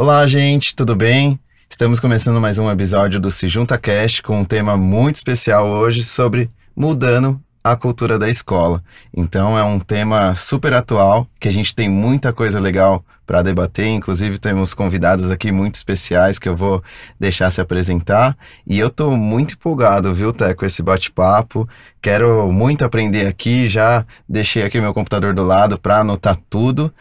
Olá, gente, tudo bem? Estamos começando mais um episódio do Se Junta Cast com um tema muito especial hoje sobre mudando a cultura da escola. Então é um tema super atual, que a gente tem muita coisa legal para debater, inclusive temos convidados aqui muito especiais que eu vou deixar se apresentar. E eu tô muito empolgado, viu, Té, com esse bate-papo. Quero muito aprender aqui, já deixei aqui meu computador do lado para anotar tudo.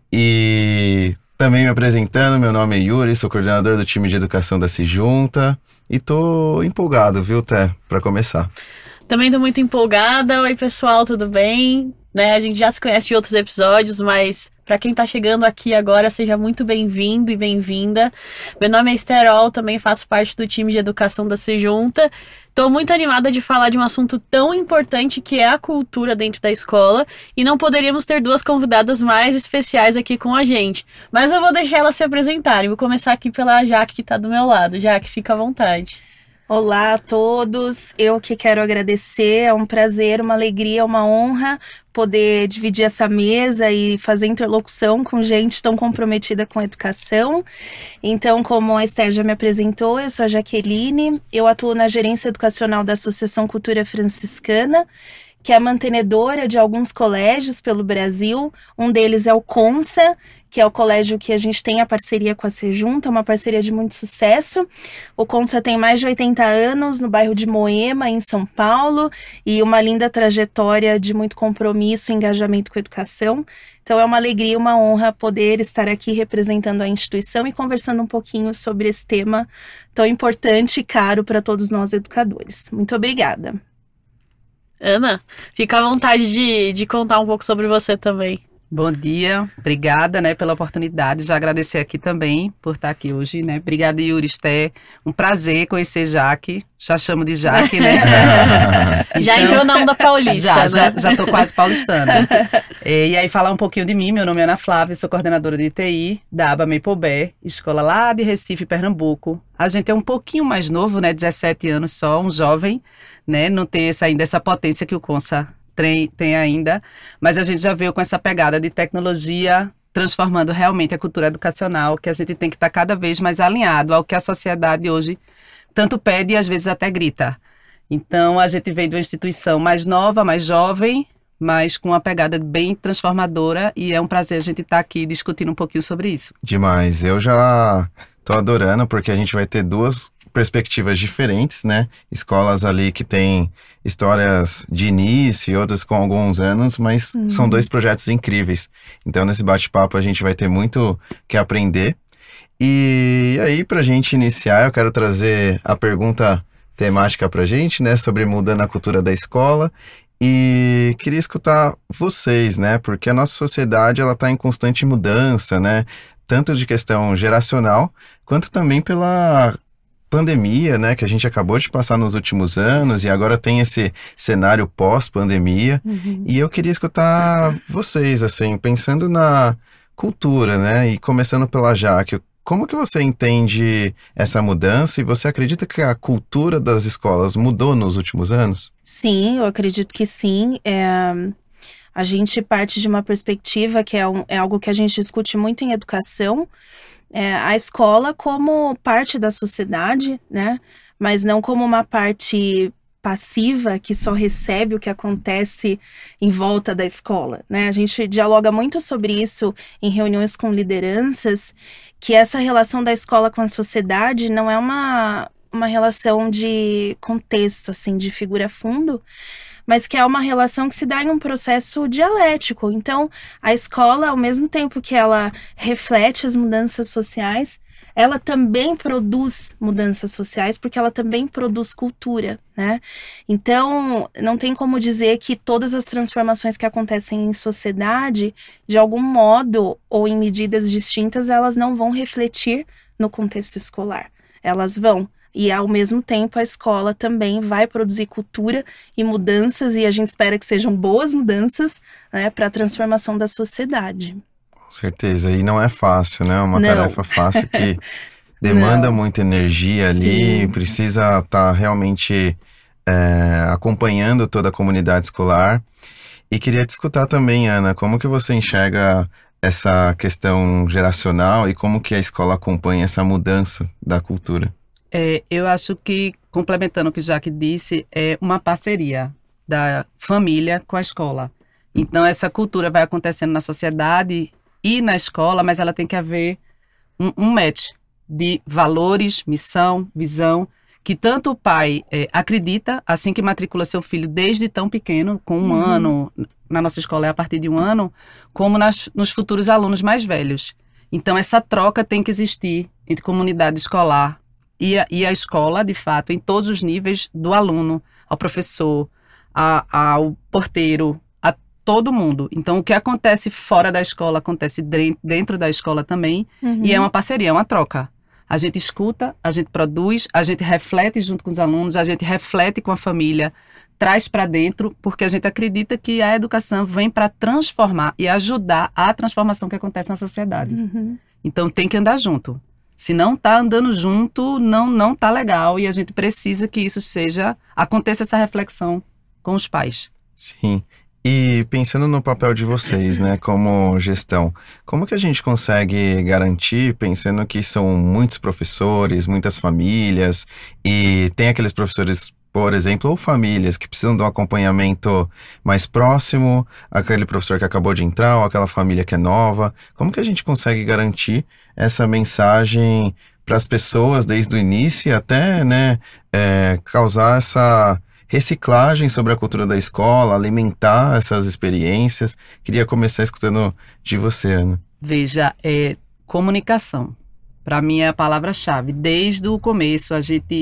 E também me apresentando, meu nome é Yuri, sou coordenador do time de educação da Se Junta e tô empolgado, viu, Té, para começar. Também tô muito empolgada. Oi, pessoal, tudo bem? A gente já se conhece de outros episódios, mas para quem tá chegando aqui agora, seja muito bem-vindo e bem-vinda. Meu nome é Esterol, também faço parte do time de educação da Se Junta. Tô muito animada de falar de um assunto tão importante que é a cultura dentro da escola e não poderíamos ter duas convidadas mais especiais aqui com a gente. Mas eu vou deixar elas se apresentarem. Vou começar aqui pela Jaque, que tá do meu lado. Jaque, fica à vontade. Olá a todos, eu que quero agradecer, é um prazer, uma alegria, uma honra poder dividir essa mesa e fazer interlocução com gente tão comprometida com a educação. Então, como a Esther já me apresentou, eu sou a Jaqueline, eu atuo na gerência educacional da Associação Cultura Franciscana, que é a mantenedora de alguns colégios pelo Brasil. Um deles é o CONSA, que é o colégio que a gente tem a parceria com a Se Junta, uma parceria de muito sucesso. O CONSA tem mais de 80 anos no bairro de Moema, em São Paulo, e uma linda trajetória de muito compromisso e engajamento com a educação. Então é uma alegria e uma honra poder estar aqui representando a instituição e conversando um pouquinho sobre esse tema tão importante e caro para todos nós educadores. Muito obrigada. Ana, fica à vontade de contar um pouco sobre você também. Bom dia, obrigada, pela oportunidade, já agradecer aqui também por estar aqui hoje, Obrigada, Yuri, Esté, um prazer conhecer Jaque, já chamo de Jaque, Então, já entrou na onda paulista, Já tô quase paulistana. E aí falar um pouquinho de mim, meu nome é Ana Flávia, sou coordenadora de TI da aba Maple escola lá de Recife, Pernambuco. A gente é um pouquinho mais novo, 17 anos só, um jovem, não tem ainda essa potência que o CONSA tem ainda, mas a gente já veio com essa pegada de tecnologia, transformando realmente a cultura educacional, que a gente tem que estar cada vez mais alinhado ao que a sociedade hoje tanto pede e às vezes até grita. Então a gente veio de uma instituição mais nova, mais jovem, mas com uma pegada bem transformadora, e é um prazer a gente estar aqui discutindo um pouquinho sobre isso. Demais, eu já tô adorando, porque a gente vai ter duas perspectivas diferentes, Escolas ali que têm histórias de início e outras com alguns anos, mas são dois projetos incríveis. Então, nesse bate-papo, a gente vai ter muito que aprender. E aí, pra gente iniciar, eu quero trazer a pergunta temática pra gente, sobre mudando a cultura da escola. E queria escutar vocês, porque a nossa sociedade, ela tá em constante mudança, tanto de questão geracional, quanto também pela pandemia, que a gente acabou de passar nos últimos anos, e agora tem esse cenário pós-pandemia. E eu queria escutar vocês, pensando na cultura, e começando pela Jaque, como que você entende essa mudança, e você acredita que a cultura das escolas mudou nos últimos anos? Sim, eu acredito que sim. A gente parte de uma perspectiva que é algo que a gente discute muito em educação, a escola como parte da sociedade, mas não como uma parte passiva que só recebe o que acontece em volta da escola, A gente dialoga muito sobre isso em reuniões com lideranças, que essa relação da escola com a sociedade não é uma relação de contexto, de figura fundo, mas que é uma relação que se dá em um processo dialético. Então, a escola, ao mesmo tempo que ela reflete as mudanças sociais, ela também produz mudanças sociais, porque ela também produz cultura, Então, não tem como dizer que todas as transformações que acontecem em sociedade, de algum modo ou em medidas distintas, elas não vão refletir no contexto escolar. Elas vão. E, ao mesmo tempo, a escola também vai produzir cultura e mudanças, e a gente espera que sejam boas mudanças, para a transformação da sociedade. Com certeza, e não é fácil, Uma tarefa fácil que demanda muita energia ali, sim. Precisa estar realmente acompanhando toda a comunidade escolar. E queria te escutar também, Ana, como que você enxerga essa questão geracional e como que a escola acompanha essa mudança da cultura? Eu acho que, complementando o que Jaque disse, é uma parceria da família com a escola. Então, essa cultura vai acontecendo na sociedade e na escola, mas ela tem que haver um match de valores, missão, visão, que tanto o pai acredita, assim que matricula seu filho desde tão pequeno, com 1 ano, na nossa escola é a partir de 1 ano, como nos futuros alunos mais velhos. Então, essa troca tem que existir entre comunidade escolar e a escola, de fato, em todos os níveis do aluno, ao professor, ao porteiro, a todo mundo. Então, o que acontece fora da escola, acontece dentro da escola também, e é uma parceria, é uma troca. A gente escuta, a gente produz, a gente reflete junto com os alunos, a gente reflete com a família, traz para dentro, porque a gente acredita que a educação vem para transformar e ajudar a transformação que acontece na sociedade. Então tem que andar junto. Se não está andando junto, não está legal, e a gente precisa que isso aconteça essa reflexão com os pais. Sim. E pensando no papel de vocês, né, como gestão, como que a gente consegue garantir, pensando que são muitos professores, muitas famílias, e tem aqueles professores, por exemplo, ou famílias que precisam de um acompanhamento mais próximo, aquele professor que acabou de entrar, ou aquela família que é nova, como que a gente consegue garantir essa mensagem para as pessoas desde o início e até, né, causar essa reciclagem sobre a cultura da escola, alimentar essas experiências? Queria começar escutando de você, Ana. Veja, comunicação. Para mim é a palavra-chave. Desde o começo,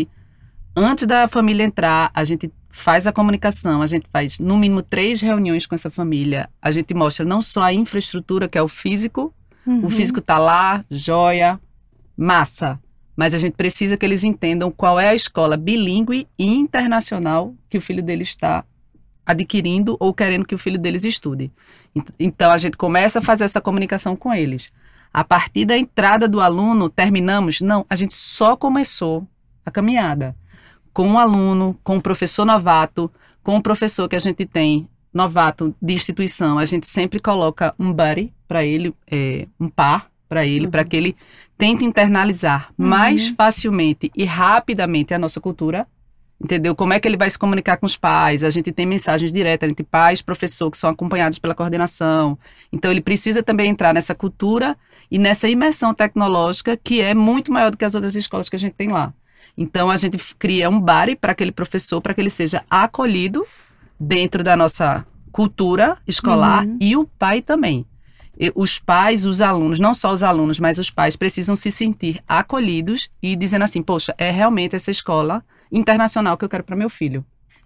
antes da família entrar, a gente faz a comunicação, a gente faz no mínimo 3 reuniões com essa família. A gente mostra não só a infraestrutura, que é o físico está lá, joia, massa. Mas a gente precisa que eles entendam qual é a escola bilíngue e internacional que o filho deles está adquirindo ou querendo que o filho deles estude. Então, a gente começa a fazer essa comunicação com eles. A partir da entrada do aluno, terminamos? Não, a gente só começou a caminhada. Com o aluno, com o professor novato, com o professor que a gente tem, novato de instituição, a gente sempre coloca um buddy para ele, um par para ele, para que ele tente internalizar mais facilmente e rapidamente a nossa cultura, entendeu? Como é que ele vai se comunicar com os pais? A gente tem mensagens diretas entre pais e professor que são acompanhados pela coordenação. Então, ele precisa também entrar nessa cultura e nessa imersão tecnológica que é muito maior do que as outras escolas que a gente tem lá. Então, a gente cria um buddy para aquele professor, para que ele seja acolhido dentro da nossa cultura escolar e o pai também. Os pais, os alunos, não só os alunos, mas os pais precisam se sentir acolhidos e dizendo assim, poxa, é realmente essa escola internacional que eu quero para meu filho.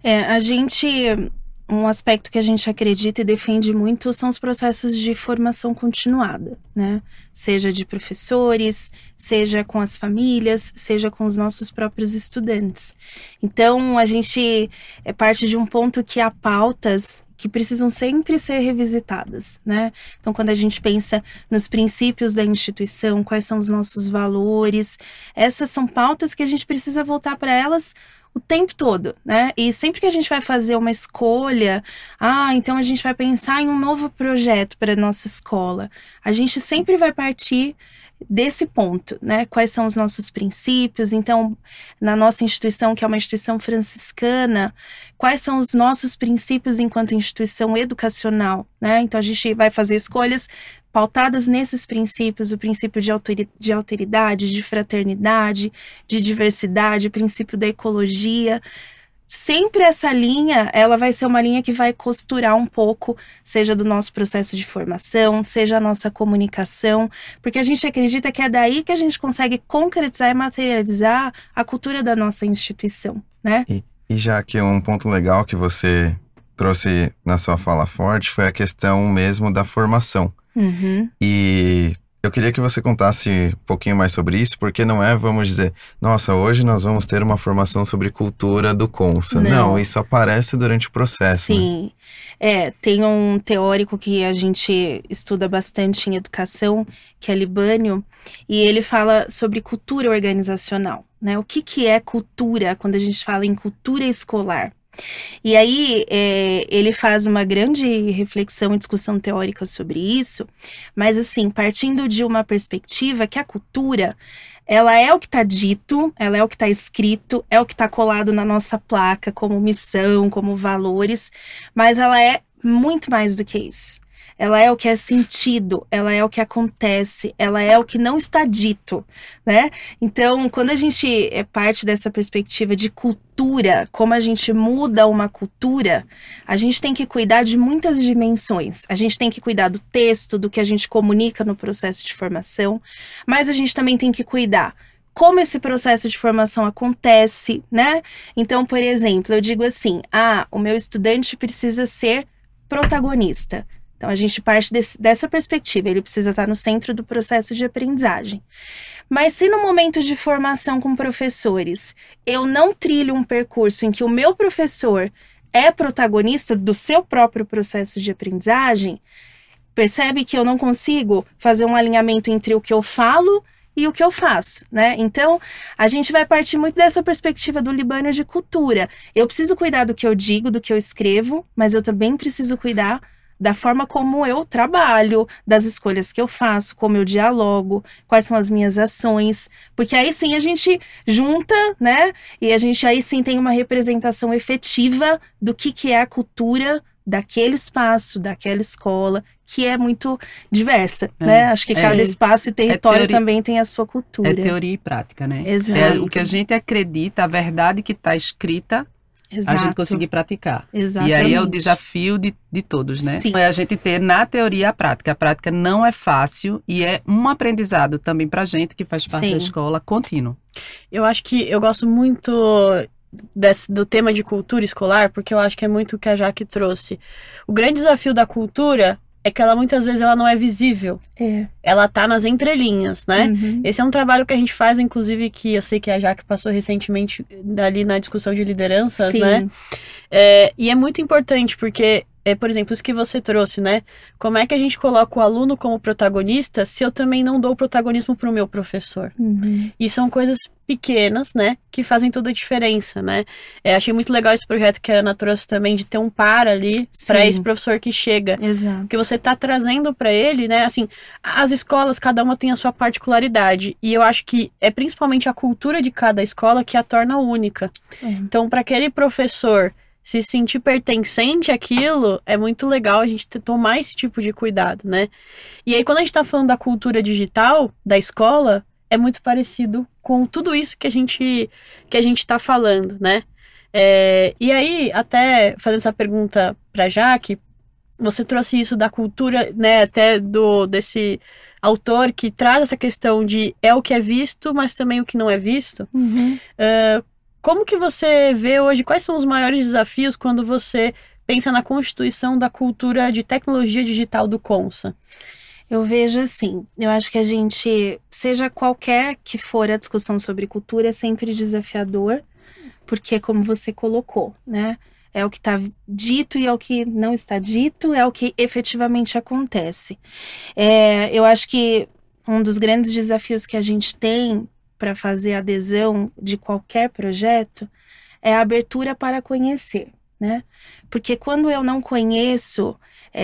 Um aspecto que a gente acredita e defende muito são os processos de formação continuada, né? Seja de professores, seja com as famílias, seja com os nossos próprios estudantes. Então, a gente parte de um ponto que há pautas que precisam sempre ser revisitadas, né? Então, quando a gente pensa nos princípios da instituição, quais são os nossos valores, essas são pautas que a gente precisa voltar para elas o tempo todo, né? E sempre que a gente vai fazer uma escolha, então a gente vai pensar em um novo projeto para a nossa escola, a gente sempre vai partir desse ponto, né? Quais são os nossos princípios? Então, na nossa instituição, que é uma instituição franciscana, quais são os nossos princípios enquanto instituição educacional, né? Então, a gente vai fazer escolhas pautadas nesses princípios, o princípio de alteridade, de fraternidade, de diversidade, o princípio da ecologia. Sempre essa linha, ela vai ser uma linha que vai costurar um pouco, seja do nosso processo de formação, seja a nossa comunicação, porque a gente acredita que é daí que a gente consegue concretizar e materializar a cultura da nossa instituição, né? E já que um ponto legal que você trouxe na sua fala forte foi a questão mesmo da formação. E eu queria que você contasse um pouquinho mais sobre isso, porque não é, vamos dizer, nossa, hoje nós vamos ter uma formação sobre cultura do Consa. Não, isso aparece durante o processo. Sim, né? Tem um teórico que a gente estuda bastante em educação, que é Libânio, e ele fala sobre cultura organizacional, né? O que é cultura quando a gente fala em cultura escolar? E aí, ele faz uma grande reflexão e discussão teórica sobre isso, mas assim, partindo de uma perspectiva que a cultura, ela é o que está dito, ela é o que está escrito, é o que está colado na nossa placa como missão, como valores, mas ela é muito mais do que isso. Ela é o que é sentido, ela é o que acontece, ela é o que não está dito, né? Então, quando a gente parte dessa perspectiva de cultura, como a gente muda uma cultura, a gente tem que cuidar de muitas dimensões. A gente tem que cuidar do texto, do que a gente comunica no processo de formação, mas a gente também tem que cuidar como esse processo de formação acontece, né? Então, por exemplo, eu digo assim, o meu estudante precisa ser protagonista. Então, a gente parte dessa perspectiva, ele precisa estar no centro do processo de aprendizagem. Mas se no momento de formação com professores, eu não trilho um percurso em que o meu professor é protagonista do seu próprio processo de aprendizagem, percebe que eu não consigo fazer um alinhamento entre o que eu falo e o que eu faço, né? Então, a gente vai partir muito dessa perspectiva do Libânio de cultura. Eu preciso cuidar do que eu digo, do que eu escrevo, mas eu também preciso cuidar da forma como eu trabalho, das escolhas que eu faço, como eu dialogo, quais são as minhas ações, porque aí sim a gente junta, né? E a gente aí sim tem uma representação efetiva do que é a cultura daquele espaço, daquela escola, que é muito diversa, né? Acho que cada espaço e território também tem a sua cultura. É teoria e prática, né? Exato. É o que a gente acredita, a verdade que está escrita, Exato. a gente conseguir praticar. Exatamente. E aí é o desafio de todos, né? Sim. É a gente ter na teoria a prática. A prática não é fácil e é um aprendizado também pra gente que faz parte Sim. da escola contínuo. Eu acho que eu gosto muito do tema de cultura escolar, porque eu acho que é muito o que a Jaque trouxe. O grande desafio da cultura é que ela muitas vezes ela não é visível. Ela tá nas entrelinhas, né? Uhum. Esse é um trabalho que a gente faz, inclusive, que eu sei que a Jaque passou recentemente ali na discussão de lideranças, Sim. né? E é muito importante, porque, por exemplo, isso que você trouxe, né? Como é que a gente coloca o aluno como protagonista se eu também não dou protagonismo pro meu professor? Uhum. E são coisas pequenas, né, que fazem toda a diferença, né? Achei muito legal esse projeto que a Ana trouxe também, de ter um par ali para Sim. esse professor que chega. Exato. Porque você tá trazendo para ele, né, assim, as escolas, cada uma tem a sua particularidade. E eu acho que é principalmente a cultura de cada escola que a torna única. Então, para aquele professor se sentir pertencente àquilo, é muito legal a gente tomar esse tipo de cuidado, né? E aí, quando a gente tá falando da cultura digital da escola, é muito parecido com tudo isso que a gente tá falando, né? E aí, até fazendo essa pergunta pra Jaque, você trouxe isso da cultura, né, até desse autor que traz essa questão de é o que é visto, mas também o que não é visto. Uhum. Como que você vê hoje, quais são os maiores desafios quando você pensa na constituição da cultura de tecnologia digital do Consa? Eu vejo assim, eu acho que a gente, seja qualquer que for a discussão sobre cultura, é sempre desafiador, porque como você colocou, né? É o que está dito e é o que não está dito, é o que efetivamente acontece. Eu acho que um dos grandes desafios que a gente tem para fazer a adesão de qualquer projeto é a abertura para conhecer, né? Porque quando eu não conheço,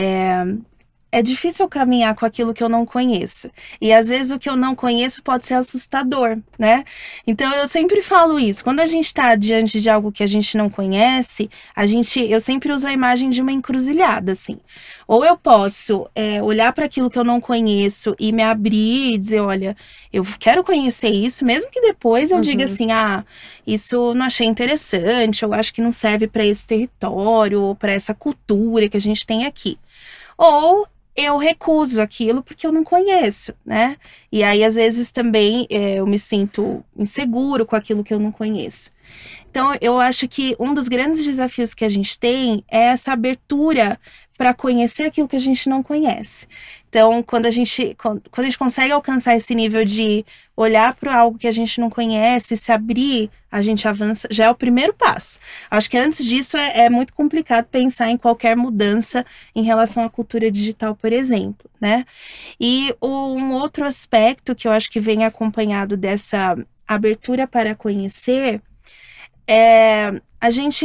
é difícil caminhar com aquilo que eu não conheço. E às vezes o que eu não conheço pode ser assustador, né? Então eu sempre falo isso. Quando a gente está diante de algo que a gente não conhece, eu sempre uso a imagem de uma encruzilhada, assim. Ou eu posso olhar para aquilo que eu não conheço e me abrir e dizer, olha, eu quero conhecer isso, mesmo que depois eu diga assim, isso não achei interessante, eu acho que não serve para esse território ou para essa cultura que a gente tem aqui. Ou eu recuso aquilo porque eu não conheço, né? E aí, às vezes, também eu me sinto inseguro com aquilo que eu não conheço. Então, eu acho que um dos grandes desafios que a gente tem é essa abertura para conhecer aquilo que a gente não conhece. Então, quando a gente consegue alcançar esse nível de olhar para algo que a gente não conhece, se abrir, a gente avança, já é o primeiro passo. Acho que antes disso é muito complicado pensar em qualquer mudança em relação à cultura digital, por exemplo, né? E um outro aspecto que eu acho que vem acompanhado dessa abertura para conhecer é a gente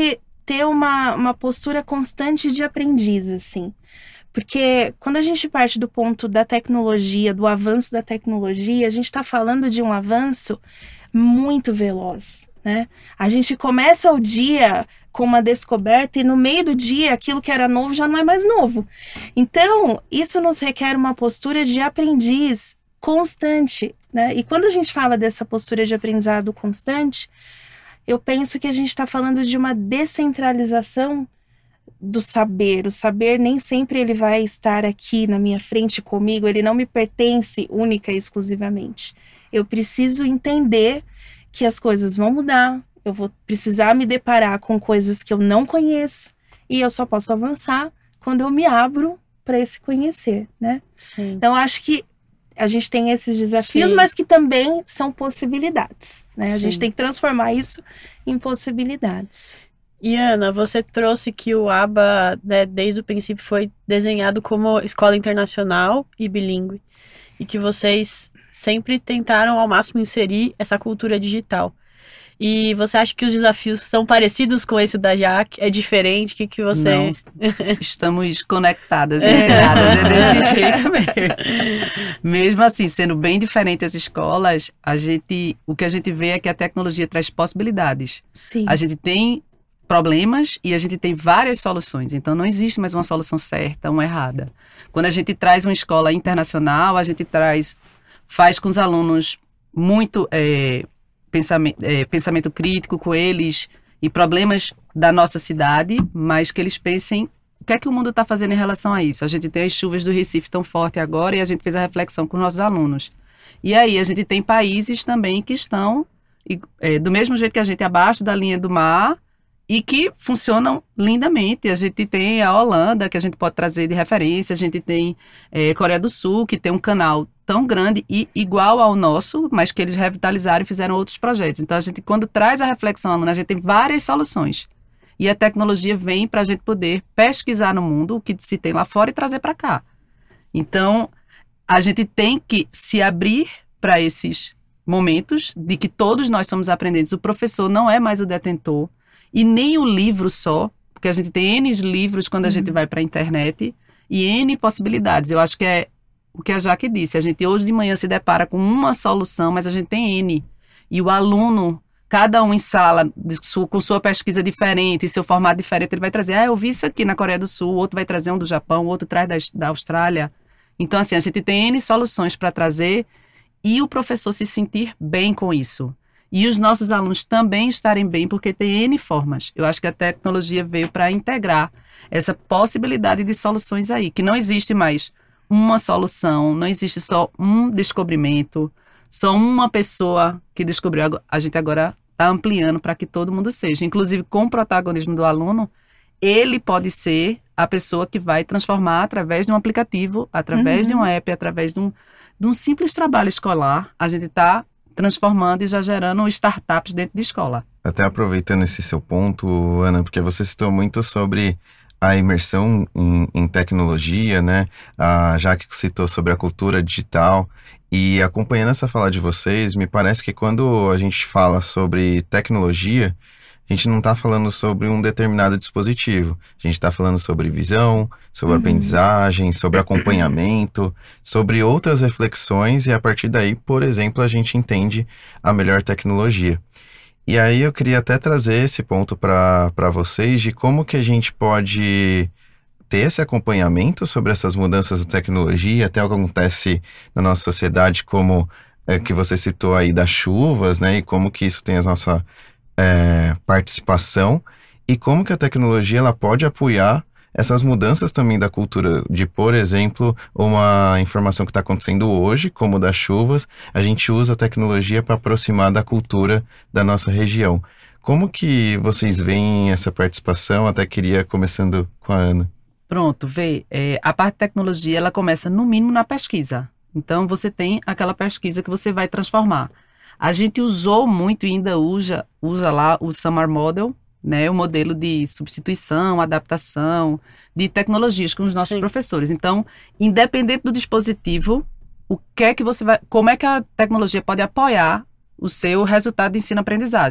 ter uma postura constante de aprendiz, assim. Porque quando a gente parte do ponto da tecnologia, do avanço da tecnologia, a gente está falando de um avanço muito veloz, né? A gente começa o dia com uma descoberta e no meio do dia aquilo que era novo já não é mais novo. Então, isso nos requer uma postura de aprendiz constante, né? E quando a gente fala dessa postura de aprendizado constante, eu penso que a gente está falando de uma descentralização do saber. O saber nem sempre ele vai estar aqui na minha frente comigo, ele não me pertence única e exclusivamente. Eu preciso entender que as coisas vão mudar, eu vou precisar me deparar com coisas que eu não conheço e eu só posso avançar quando eu me abro para esse conhecer, né? Sim. Então, acho que a gente tem esses desafios, Sim. mas que também são possibilidades, né? A Sim. gente tem que transformar isso em possibilidades. E Ana, você trouxe que o ABA, né, desde o princípio foi desenhado como escola internacional e bilíngue. E que vocês sempre tentaram ao máximo inserir essa cultura digital. E você acha que os desafios são parecidos com esse da Jaque? É diferente? O que você... Não, estamos conectadas e ligadas, é desse jeito mesmo. Mesmo assim, sendo bem diferentes as escolas, o que a gente vê é que a tecnologia traz possibilidades. Sim. A gente tem problemas e a gente tem várias soluções. Então, não existe mais uma solução certa, uma errada. Quando a gente traz uma escola internacional, a gente faz com os alunos muito pensamento crítico com eles e problemas da nossa cidade, mas que eles pensem o que é que o mundo está fazendo em relação a isso. A gente tem as chuvas do Recife tão forte agora e a gente fez a reflexão com os nossos alunos. E aí, a gente tem países também que estão do mesmo jeito que a gente, abaixo da linha do mar, e que funcionam lindamente. A gente tem a Holanda, que a gente pode trazer de referência, a gente tem Coreia do Sul, que tem um canal tão grande e igual ao nosso, mas que eles revitalizaram e fizeram outros projetos. Então, a gente, quando traz a reflexão aluna, a gente tem várias soluções. E a tecnologia vem para a gente poder pesquisar no mundo o que se tem lá fora e trazer para cá. Então, a gente tem que se abrir para esses momentos de que todos nós somos aprendentes. O professor não é mais o detentor, e nem o livro só, porque a gente tem N livros quando a gente vai para a internet e N possibilidades. Eu acho que é o que a Jaque disse. A gente hoje de manhã se depara com uma solução, mas a gente tem N. E o aluno, cada um em sala, com sua pesquisa diferente, seu formato diferente, ele vai trazer, eu vi isso aqui na Coreia do Sul, o outro vai trazer um do Japão, o outro traz da Austrália. Então, assim, a gente tem N soluções para trazer e o professor se sentir bem com isso. E os nossos alunos também estarem bem, porque tem N formas. Eu acho que a tecnologia veio para integrar essa possibilidade de soluções aí, que não existe mais uma solução, não existe só um descobrimento, só uma pessoa que descobriu. A gente agora está ampliando para que todo mundo seja. Inclusive, com o protagonismo do aluno, ele pode ser a pessoa que vai transformar através de um aplicativo, através de um app, através de um simples trabalho escolar. A gente está transformando e já gerando startups dentro de escola. Até aproveitando esse seu ponto, Ana, porque você citou muito sobre a imersão em tecnologia, né? A Jaque citou sobre a cultura digital. E acompanhando essa fala de vocês, me parece que quando a gente fala sobre tecnologia, a gente não está falando sobre um determinado dispositivo. A gente está falando sobre visão, sobre aprendizagem, sobre acompanhamento, sobre outras reflexões, e a partir daí, por exemplo, a gente entende a melhor tecnologia. E aí eu queria até trazer esse ponto para vocês de como que a gente pode ter esse acompanhamento sobre essas mudanças da tecnologia, até o que acontece na nossa sociedade, como que você citou aí das chuvas, né? E como que isso tem a nossa participação, e como que a tecnologia ela pode apoiar essas mudanças também da cultura, de, por exemplo, uma informação que está acontecendo hoje, como das chuvas, a gente usa a tecnologia para aproximar da cultura da nossa região. Como que vocês veem essa participação? Até queria, começando com a Ana. Pronto, a parte de tecnologia, ela começa no mínimo na pesquisa. Então, você tem aquela pesquisa que você vai transformar. A gente usou muito e ainda usa lá o Summer Model, né, o modelo de substituição, adaptação, de tecnologias com os nossos professores. Então, independente do dispositivo, como é que a tecnologia pode apoiar o seu resultado de ensino-aprendizagem.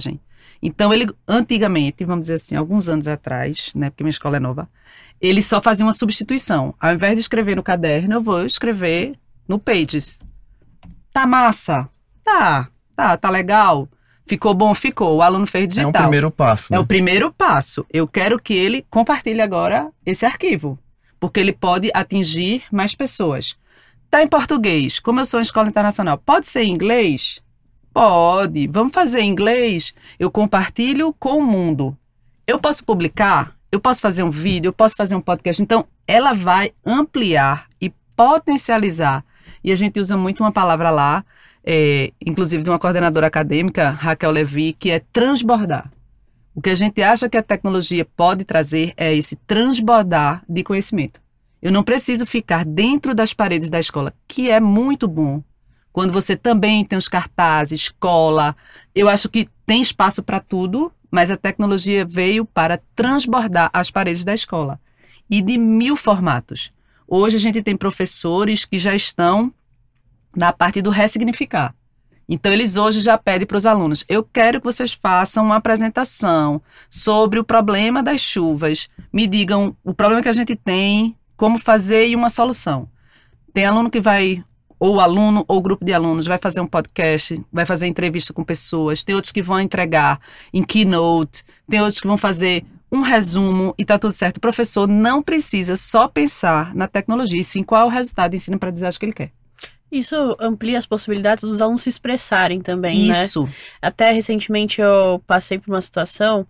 Então, ele, antigamente, vamos dizer assim, alguns anos atrás, né, porque minha escola é nova, ele só fazia uma substituição. Ao invés de escrever no caderno, eu vou escrever no Pages. Tá massa? Tá legal? Ficou bom? Ficou. O aluno fez digital. É um primeiro passo, né? É o primeiro passo. Eu quero que ele compartilhe agora esse arquivo, porque ele pode atingir mais pessoas. Tá em português. Como eu sou em escola internacional, pode ser em inglês? Pode. Vamos fazer em inglês? Eu compartilho com o mundo. Eu posso publicar? Eu posso fazer um vídeo? Eu posso fazer um podcast? Então, ela vai ampliar e potencializar. E a gente usa muito uma palavra lá, inclusive de uma coordenadora acadêmica, Raquel Levi, que é transbordar. O que a gente acha que a tecnologia pode trazer é esse transbordar de conhecimento. Eu não preciso ficar dentro das paredes da escola, que é muito bom. Quando você também tem os cartazes, escola, eu acho que tem espaço para tudo, mas a tecnologia veio para transbordar as paredes da escola. E de 1000 formatos. Hoje a gente tem professores que já estão na parte do ressignificar. Então, eles hoje já pedem para os alunos, eu quero que vocês façam uma apresentação sobre o problema das chuvas. Me digam o problema que a gente tem, como fazer e uma solução. Tem aluno que vai, ou aluno ou grupo de alunos, vai fazer um podcast, vai fazer entrevista com pessoas. Tem outros que vão entregar em keynote, tem outros que vão fazer um resumo e tá tudo certo. O professor não precisa só pensar na tecnologia, e sim qual é o resultado de ensino-aprendizagem que ele quer. Isso amplia as possibilidades dos alunos se expressarem também, Isso. né? Até recentemente eu passei por uma situação,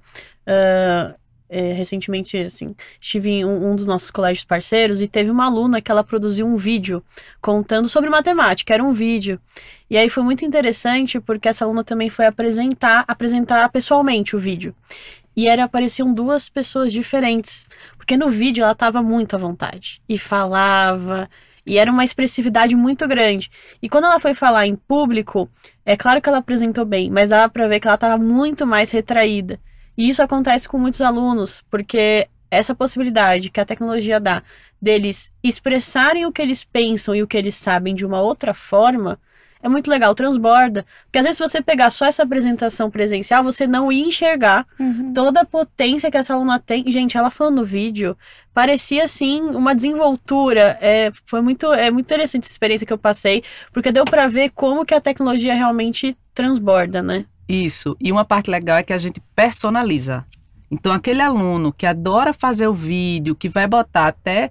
recentemente, assim, estive em um dos nossos colégios parceiros e teve uma aluna que ela produziu um vídeo contando sobre matemática, era um vídeo. E aí foi muito interessante porque essa aluna também foi apresentar pessoalmente o vídeo. E apareciam 2 pessoas diferentes, porque no vídeo ela estava muito à vontade e falava... E era uma expressividade muito grande. E quando ela foi falar em público, é claro que ela apresentou bem, mas dava pra ver que ela estava muito mais retraída. E isso acontece com muitos alunos, porque essa possibilidade que a tecnologia dá deles expressarem o que eles pensam e o que eles sabem de uma outra forma, é muito legal, transborda. Porque às vezes se você pegar só essa apresentação presencial, você não ia enxergar toda a potência que essa aluna tem. E, gente, ela falando no vídeo, parecia, assim, uma desenvoltura. Foi muito interessante essa experiência que eu passei, porque deu pra ver como que a tecnologia realmente transborda, né? Isso. E uma parte legal é que a gente personaliza. Então, aquele aluno que adora fazer o vídeo, que vai botar até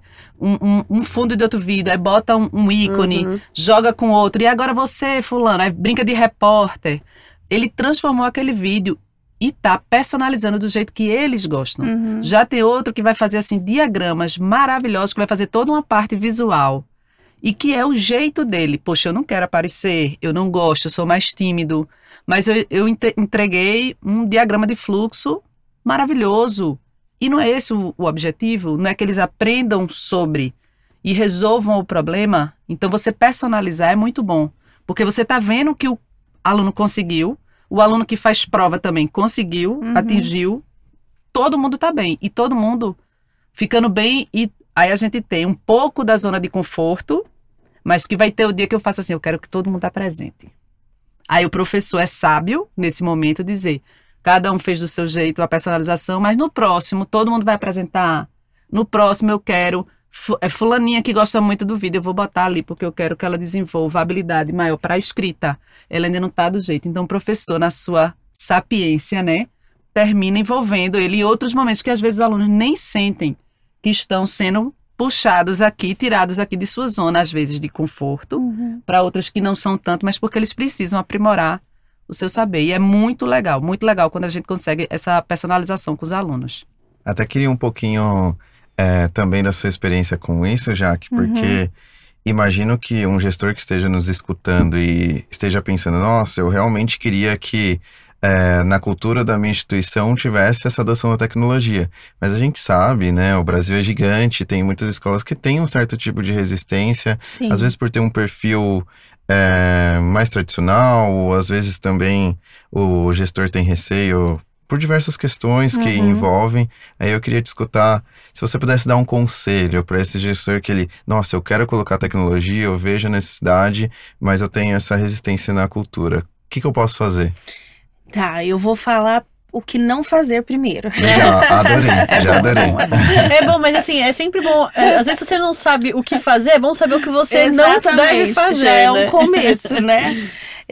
um fundo de outro vídeo, aí bota um ícone, joga com outro, e agora você, fulano, aí brinca de repórter. Ele transformou aquele vídeo e tá personalizando do jeito que eles gostam. Já tem outro que vai fazer, assim, diagramas maravilhosos, que vai fazer toda uma parte visual. E que é o jeito dele. Poxa, eu não quero aparecer, eu não gosto, eu sou mais tímido. Mas eu entreguei um diagrama de fluxo maravilhoso. E não é esse o objetivo? Não é que eles aprendam sobre e resolvam o problema? Então, você personalizar é muito bom. Porque você está vendo que o aluno conseguiu, o aluno que faz prova também conseguiu, atingiu, todo mundo está bem. E todo mundo ficando bem. E aí a gente tem um pouco da zona de conforto, mas que vai ter o dia que eu faço assim, eu quero que todo mundo está presente. Aí o professor é sábio, nesse momento, dizer... Cada um fez do seu jeito a personalização, mas no próximo, todo mundo vai apresentar. No próximo, eu quero... Fulaninha que gosta muito do vídeo, eu vou botar ali, porque eu quero que ela desenvolva habilidade maior para a escrita. Ela ainda não está do jeito. Então, o professor, na sua sapiência, né, termina envolvendo ele em outros momentos que, às vezes, os alunos nem sentem que estão sendo puxados aqui, tirados aqui de sua zona, às vezes, de conforto, para outras que não são tanto, mas porque eles precisam aprimorar o seu saber. E é muito legal quando a gente consegue essa personalização com os alunos. Até queria um pouquinho também da sua experiência com isso, Jaque, porque imagino que um gestor que esteja nos escutando e esteja pensando, nossa, eu realmente queria que na cultura da minha instituição tivesse essa adoção da tecnologia. Mas a gente sabe, né, o Brasil é gigante, tem muitas escolas que têm um certo tipo de resistência, Sim. às vezes por ter um perfil mais tradicional, ou às vezes também o gestor tem receio por diversas questões que envolvem. Aí eu queria te escutar, se você pudesse dar um conselho para esse gestor que ele, nossa, eu quero colocar tecnologia, eu vejo a necessidade, mas eu tenho essa resistência na cultura. O que eu posso fazer? Tá, eu vou falar o que não fazer primeiro. Legal, adorei, já adorei. É bom, mas assim, é sempre bom. Às vezes você não sabe o que fazer, é bom saber o que você não deve fazer. Já é um começo, né?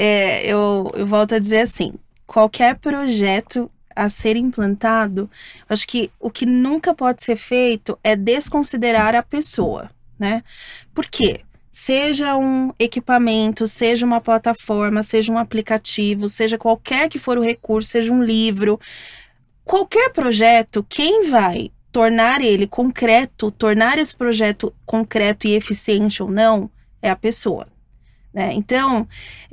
Eu volto a dizer assim, qualquer projeto a ser implantado, acho que o que nunca pode ser feito é desconsiderar a pessoa, né? Por quê? Seja um equipamento, seja uma plataforma, seja um aplicativo, seja qualquer que for o recurso, seja um livro, qualquer projeto, quem vai tornar ele concreto, tornar esse projeto concreto e eficiente ou não, é a pessoa. Né? Então,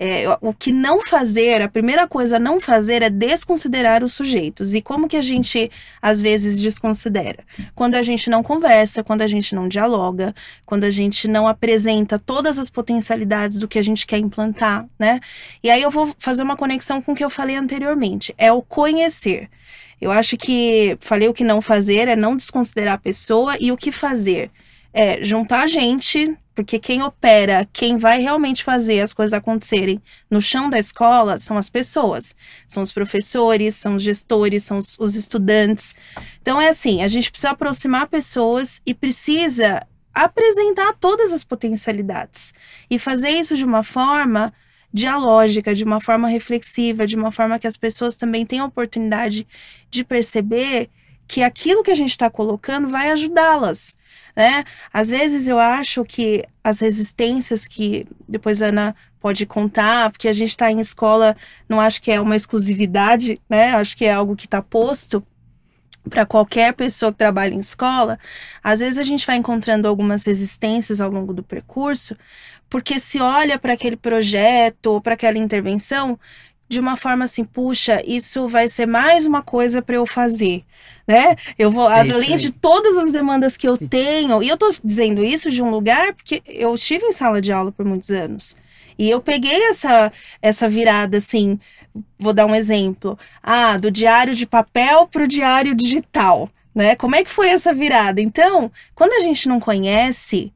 o que não fazer, a primeira coisa a não fazer é desconsiderar os sujeitos. E como que a gente, às vezes, desconsidera? Quando a gente não conversa, quando a gente não dialoga, quando a gente não apresenta todas as potencialidades do que a gente quer implantar, né? E aí eu vou fazer uma conexão com o que eu falei anteriormente, é o conhecer. Eu acho que, falei o que não fazer é não desconsiderar a pessoa, e o que fazer é juntar gente, porque quem opera, quem vai realmente fazer as coisas acontecerem no chão da escola são as pessoas. São os professores, são os gestores, são os estudantes. Então é assim, a gente precisa aproximar pessoas e precisa apresentar todas as potencialidades. E fazer isso de uma forma dialógica, de uma forma reflexiva, de uma forma que as pessoas também tenham a oportunidade de perceber que aquilo que a gente está colocando vai ajudá-las, né? Às vezes eu acho que as resistências que depois a Ana pode contar, porque a gente está em escola, não acho que é uma exclusividade, né? Acho que é algo que está posto para qualquer pessoa que trabalha em escola. Às vezes a gente vai encontrando algumas resistências ao longo do percurso, porque se olha para aquele projeto ou para aquela intervenção de uma forma assim, puxa, isso vai ser mais uma coisa para eu fazer, né? Eu vou, além de todas as demandas que eu tenho, e eu tô dizendo isso de um lugar porque eu estive em sala de aula por muitos anos, e eu peguei essa virada, assim, vou dar um exemplo, do diário de papel para o diário digital, né? Como é que foi essa virada? Então, quando a gente não conhece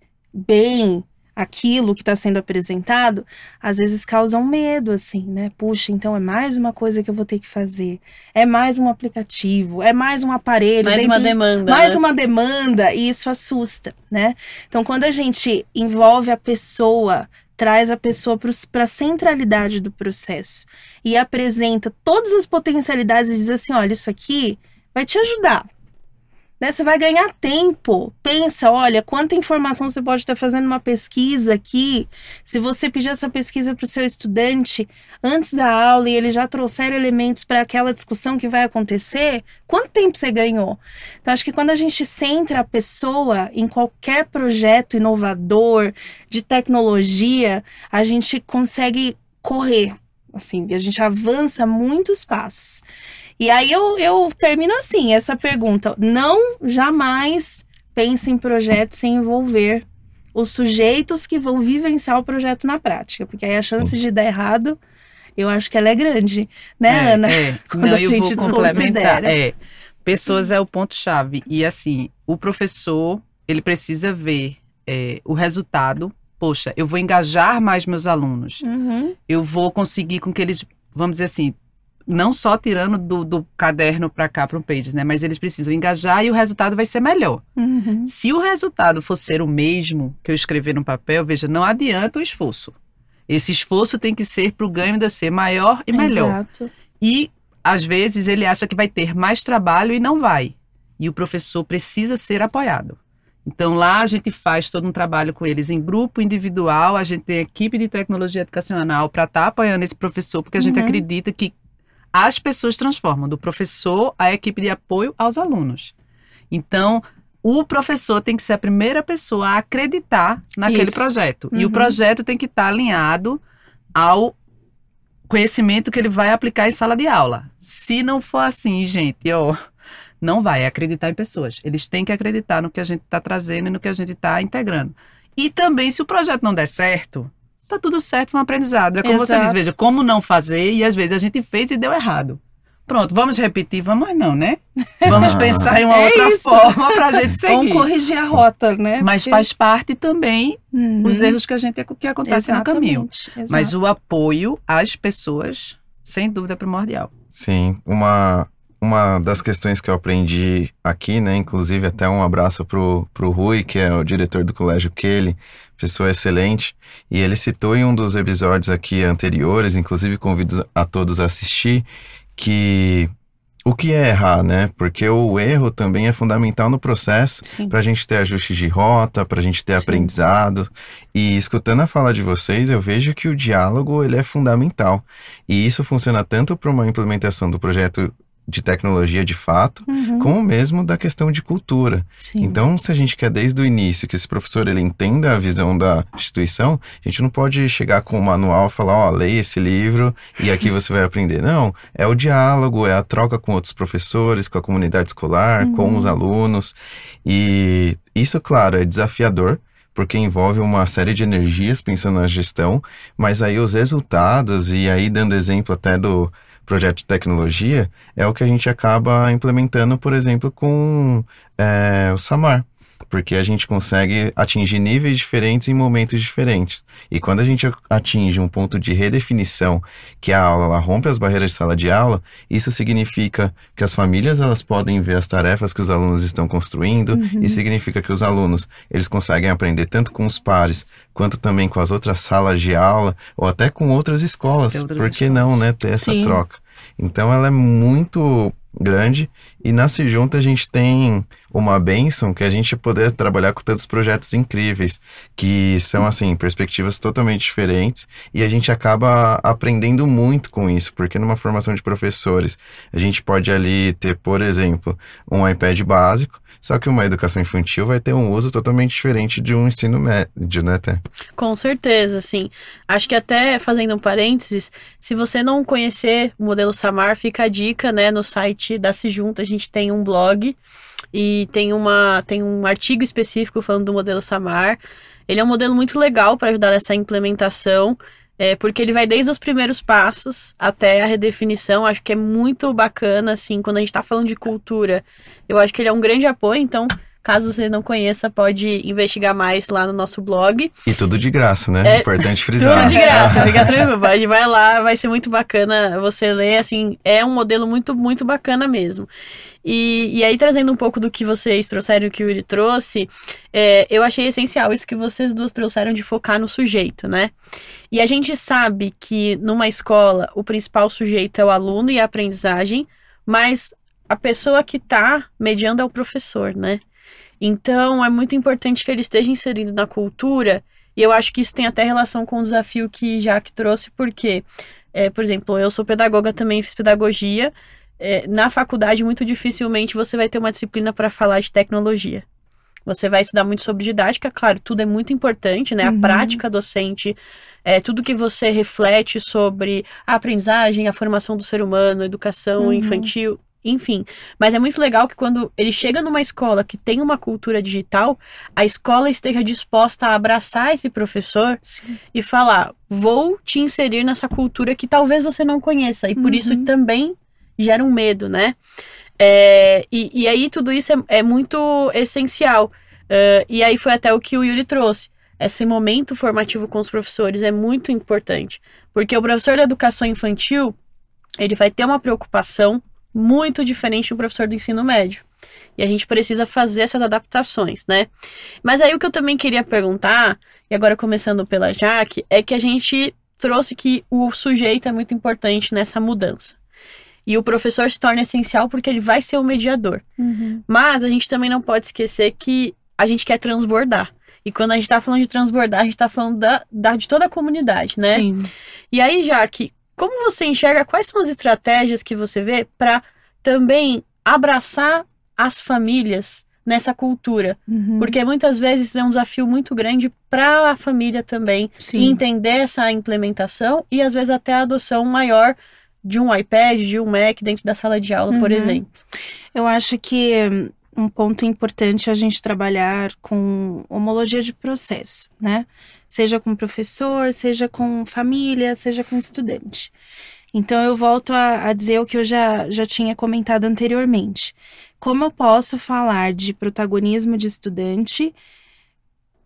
bem aquilo que está sendo apresentado, às vezes causa um medo, assim, né? Puxa, então é mais uma coisa que eu vou ter que fazer. É mais um aplicativo, é mais um aparelho. Mais uma demanda. Mais uma demanda, e isso assusta, né? Então, quando a gente envolve a pessoa, traz a pessoa para a centralidade do processo e apresenta todas as potencialidades e diz assim, olha, isso aqui vai te ajudar. Né? Você vai ganhar tempo. Pensa, olha, quanta informação você pode estar fazendo uma pesquisa aqui. Se você pedir essa pesquisa para o seu estudante antes da aula e ele já trouxer elementos para aquela discussão que vai acontecer, quanto tempo você ganhou? Então, acho que quando a gente centra a pessoa em qualquer projeto inovador, de tecnologia, a gente consegue correr. Assim, a gente avança muitos passos. E aí eu termino assim, essa pergunta. Não jamais pense em projetos sem envolver os sujeitos que vão vivenciar o projeto na prática. Porque aí a chance de dar errado, eu acho que ela é grande, né, Ana? Quando a gente complementar. Pessoas é o ponto-chave. E assim, o professor, ele precisa ver o resultado. Poxa, eu vou engajar mais meus alunos. Uhum. Eu vou conseguir com que eles, vamos dizer assim, não só tirando do caderno para cá, para um Pages, né? Mas eles precisam engajar e o resultado vai ser melhor. Uhum. Se o resultado for ser o mesmo que eu escrever no papel, veja, não adianta o esforço. Esse esforço tem que ser para o ganho ainda ser maior e melhor. Exato. E, às vezes, ele acha que vai ter mais trabalho e não vai. E o professor precisa ser apoiado. Então, lá a gente faz todo um trabalho com eles em grupo, individual, a gente tem equipe de tecnologia educacional para estar apoiando esse professor, porque a gente acredita que as pessoas transformam, do professor à equipe de apoio aos alunos. Então, o professor tem que ser a primeira pessoa a acreditar naquele projeto. E o projeto tem que estar alinhado ao conhecimento que ele vai aplicar em sala de aula. Se não for assim, gente, não vai acreditar em pessoas. Eles têm que acreditar no que a gente está trazendo e no que a gente está integrando. E também, se o projeto não der certo, tá tudo certo, foi um aprendizado. É como você diz, veja, como não fazer, e às vezes a gente fez e deu errado. Pronto, vamos repetir, vamos não, né? Vamos pensar em uma outra forma pra gente seguir. Vamos corrigir a rota, né? Mas faz parte também os erros que acontecem no caminho. Mas o apoio às pessoas, sem dúvida, é primordial. Sim, uma das questões que eu aprendi aqui, né, inclusive até um abraço pro Rui, que é o diretor do Colégio Kelly, pessoa excelente, e ele citou em um dos episódios aqui anteriores, inclusive convido a todos a assistir, que o que é errar, né? Porque o erro também é fundamental no processo para a gente ter ajuste de rota, para a gente ter aprendizado. E escutando a fala de vocês, eu vejo que o diálogo ele é fundamental. E isso funciona tanto para uma implementação do projeto de tecnologia de fato, como mesmo da questão de cultura. Sim. Então, se a gente quer desde o início que esse professor ele entenda a visão da instituição, a gente não pode chegar com um manual e falar, ó, leia esse livro e aqui você vai aprender. Não, é o diálogo, é a troca com outros professores, com a comunidade escolar, com os alunos. E isso, claro, é desafiador, porque envolve uma série de energias pensando na gestão, mas aí os resultados, e aí dando exemplo até do projeto de tecnologia, é o que a gente acaba implementando, por exemplo, com o Samar, porque a gente consegue atingir níveis diferentes em momentos diferentes. E quando a gente atinge um ponto de redefinição, que a aula ela rompe as barreiras de sala de aula, isso significa que as famílias elas podem ver as tarefas que os alunos estão construindo, e significa que os alunos eles conseguem aprender tanto com os pares, quanto também com as outras salas de aula, ou até com outras escolas. Por que não, né, ter essa troca? Então ela é muito grande, e na Se Junta a gente tem uma bênção que a gente poder trabalhar com tantos projetos incríveis, que são assim, perspectivas totalmente diferentes, e a gente acaba aprendendo muito com isso, porque numa formação de professores, a gente pode ali ter, por exemplo, um iPad básico, só que uma educação infantil vai ter um uso totalmente diferente de um ensino médio, né, Té? Com certeza, sim. Acho que até fazendo um parênteses, se você não conhecer o modelo Samar, fica a dica, né, no site da Se Junta, a gente tem um blog e tem um artigo específico falando do modelo Samar. Ele é um modelo muito legal para ajudar nessa implementação, porque ele vai desde os primeiros passos até a redefinição. Acho que é muito bacana, assim, quando a gente está falando de cultura. Eu acho que ele é um grande apoio, então, caso você não conheça, pode investigar mais lá no nosso blog. E tudo de graça, né? Importante frisar. Tudo de graça, fica tranquilo. Vai lá, vai ser muito bacana você ler, assim, é um modelo muito, muito bacana mesmo. E aí, trazendo um pouco do que vocês trouxeram, que o Yuri trouxe, eu achei essencial isso que vocês duas trouxeram de focar no sujeito, né? E a gente sabe que numa escola, o principal sujeito é o aluno e a aprendizagem, mas a pessoa que está mediando é o professor, né? Então, é muito importante que ele esteja inserido na cultura, e eu acho que isso tem até relação com o desafio que Jaque trouxe, porque, por exemplo, eu sou pedagoga também, fiz pedagogia. Na faculdade, muito dificilmente você vai ter uma disciplina para falar de tecnologia. Você vai estudar muito sobre didática, claro, tudo é muito importante, né? A prática docente, tudo que você reflete sobre a aprendizagem, a formação do ser humano, a educação infantil, enfim. Mas é muito legal que quando ele chega numa escola que tem uma cultura digital, a escola esteja disposta a abraçar esse professor e falar, vou te inserir nessa cultura que talvez você não conheça. E por isso também gera um medo, né? E aí tudo isso é muito essencial. E aí foi até o que o Yuri trouxe. Esse momento formativo com os professores é muito importante. Porque o professor da educação infantil, ele vai ter uma preocupação muito diferente do professor do ensino médio. E a gente precisa fazer essas adaptações, né? Mas aí o que eu também queria perguntar, e agora começando pela Jaque, é que a gente trouxe que o sujeito é muito importante nessa mudança. E o professor se torna essencial porque ele vai ser o mediador. Mas a gente também não pode esquecer que a gente quer transbordar. E quando a gente tá falando de transbordar, a gente tá falando de toda a comunidade, né? Sim. E aí, Jaque, como você enxerga, quais são as estratégias que você vê para também abraçar as famílias nessa cultura? Porque muitas vezes é um desafio muito grande para a família também entender essa implementação e às vezes até a adoção maior de um iPad, de um Mac dentro da sala de aula, por exemplo. Eu acho que um ponto importante é a gente trabalhar com homologia de processo, né? Seja com professor, seja com família, seja com estudante. Então, eu volto a dizer o que eu já tinha comentado anteriormente. Como eu posso falar de protagonismo de estudante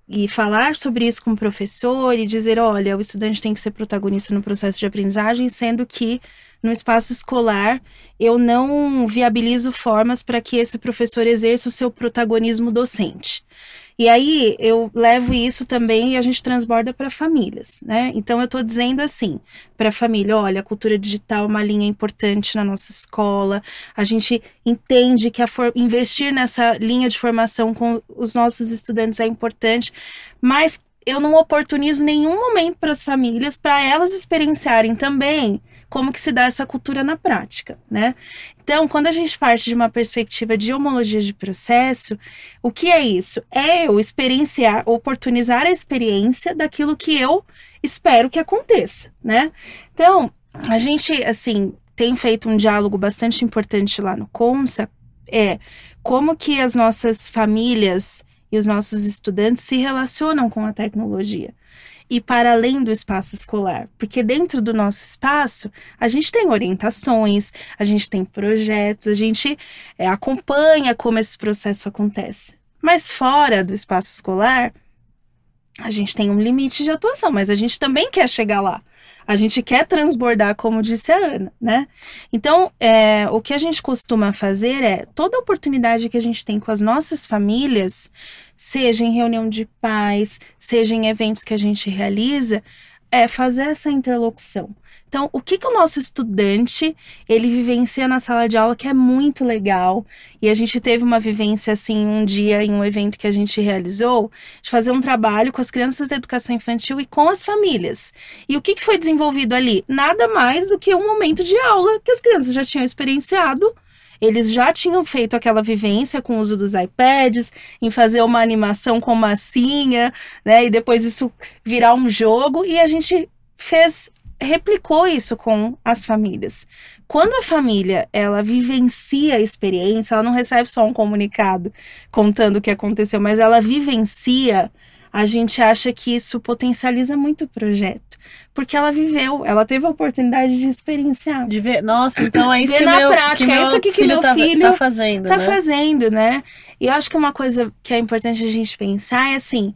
e falar sobre isso com o professor e dizer, olha, o estudante tem que ser protagonista no processo de aprendizagem, sendo que no espaço escolar eu não viabilizo formas para que esse professor exerça o seu protagonismo docente. E aí eu levo isso também e a gente transborda para famílias, né? Então eu estou dizendo assim, para a família, olha, a cultura digital é uma linha importante na nossa escola, a gente entende que investir nessa linha de formação com os nossos estudantes é importante, mas eu não oportunizo nenhum momento para as famílias, para elas experienciarem também como que se dá essa cultura na prática, né? Então, quando a gente parte de uma perspectiva de homologia de processo, o que é isso? É eu oportunizar a experiência daquilo que eu espero que aconteça, né? Então, a gente, assim, tem feito um diálogo bastante importante lá no CONSA, como que as nossas famílias e os nossos estudantes se relacionam com a tecnologia. E para além do espaço escolar, porque dentro do nosso espaço a gente tem orientações, a gente tem projetos, a gente acompanha como esse processo acontece. Mas fora do espaço escolar, a gente tem um limite de atuação, mas a gente também quer chegar lá. A gente quer transbordar, como disse a Ana, né? Então, o que a gente costuma fazer é, toda oportunidade que a gente tem com as nossas famílias, seja em reunião de pais, seja em eventos que a gente realiza, é fazer essa interlocução. Então, o que o nosso estudante, ele vivencia na sala de aula, que é muito legal. E a gente teve uma vivência, assim, um dia em um evento que a gente realizou, de fazer um trabalho com as crianças da educação infantil e com as famílias. E o que foi desenvolvido ali? Nada mais do que um momento de aula que as crianças já tinham experienciado. Eles já tinham feito aquela vivência com o uso dos iPads, em fazer uma animação com massinha, né? E depois isso virar um jogo. E a gente replicou isso com as famílias. Quando a família, ela vivencia a experiência, ela não recebe só um comunicado contando o que aconteceu, mas ela vivencia, a gente acha que isso potencializa muito o projeto. Porque ela viveu, ela teve a oportunidade de experienciar. De ver, nossa, então é isso ver que na meu, prática, é isso que meu filho tá fazendo, tá né? fazendo, né? E eu acho que uma coisa que é importante a gente pensar é assim,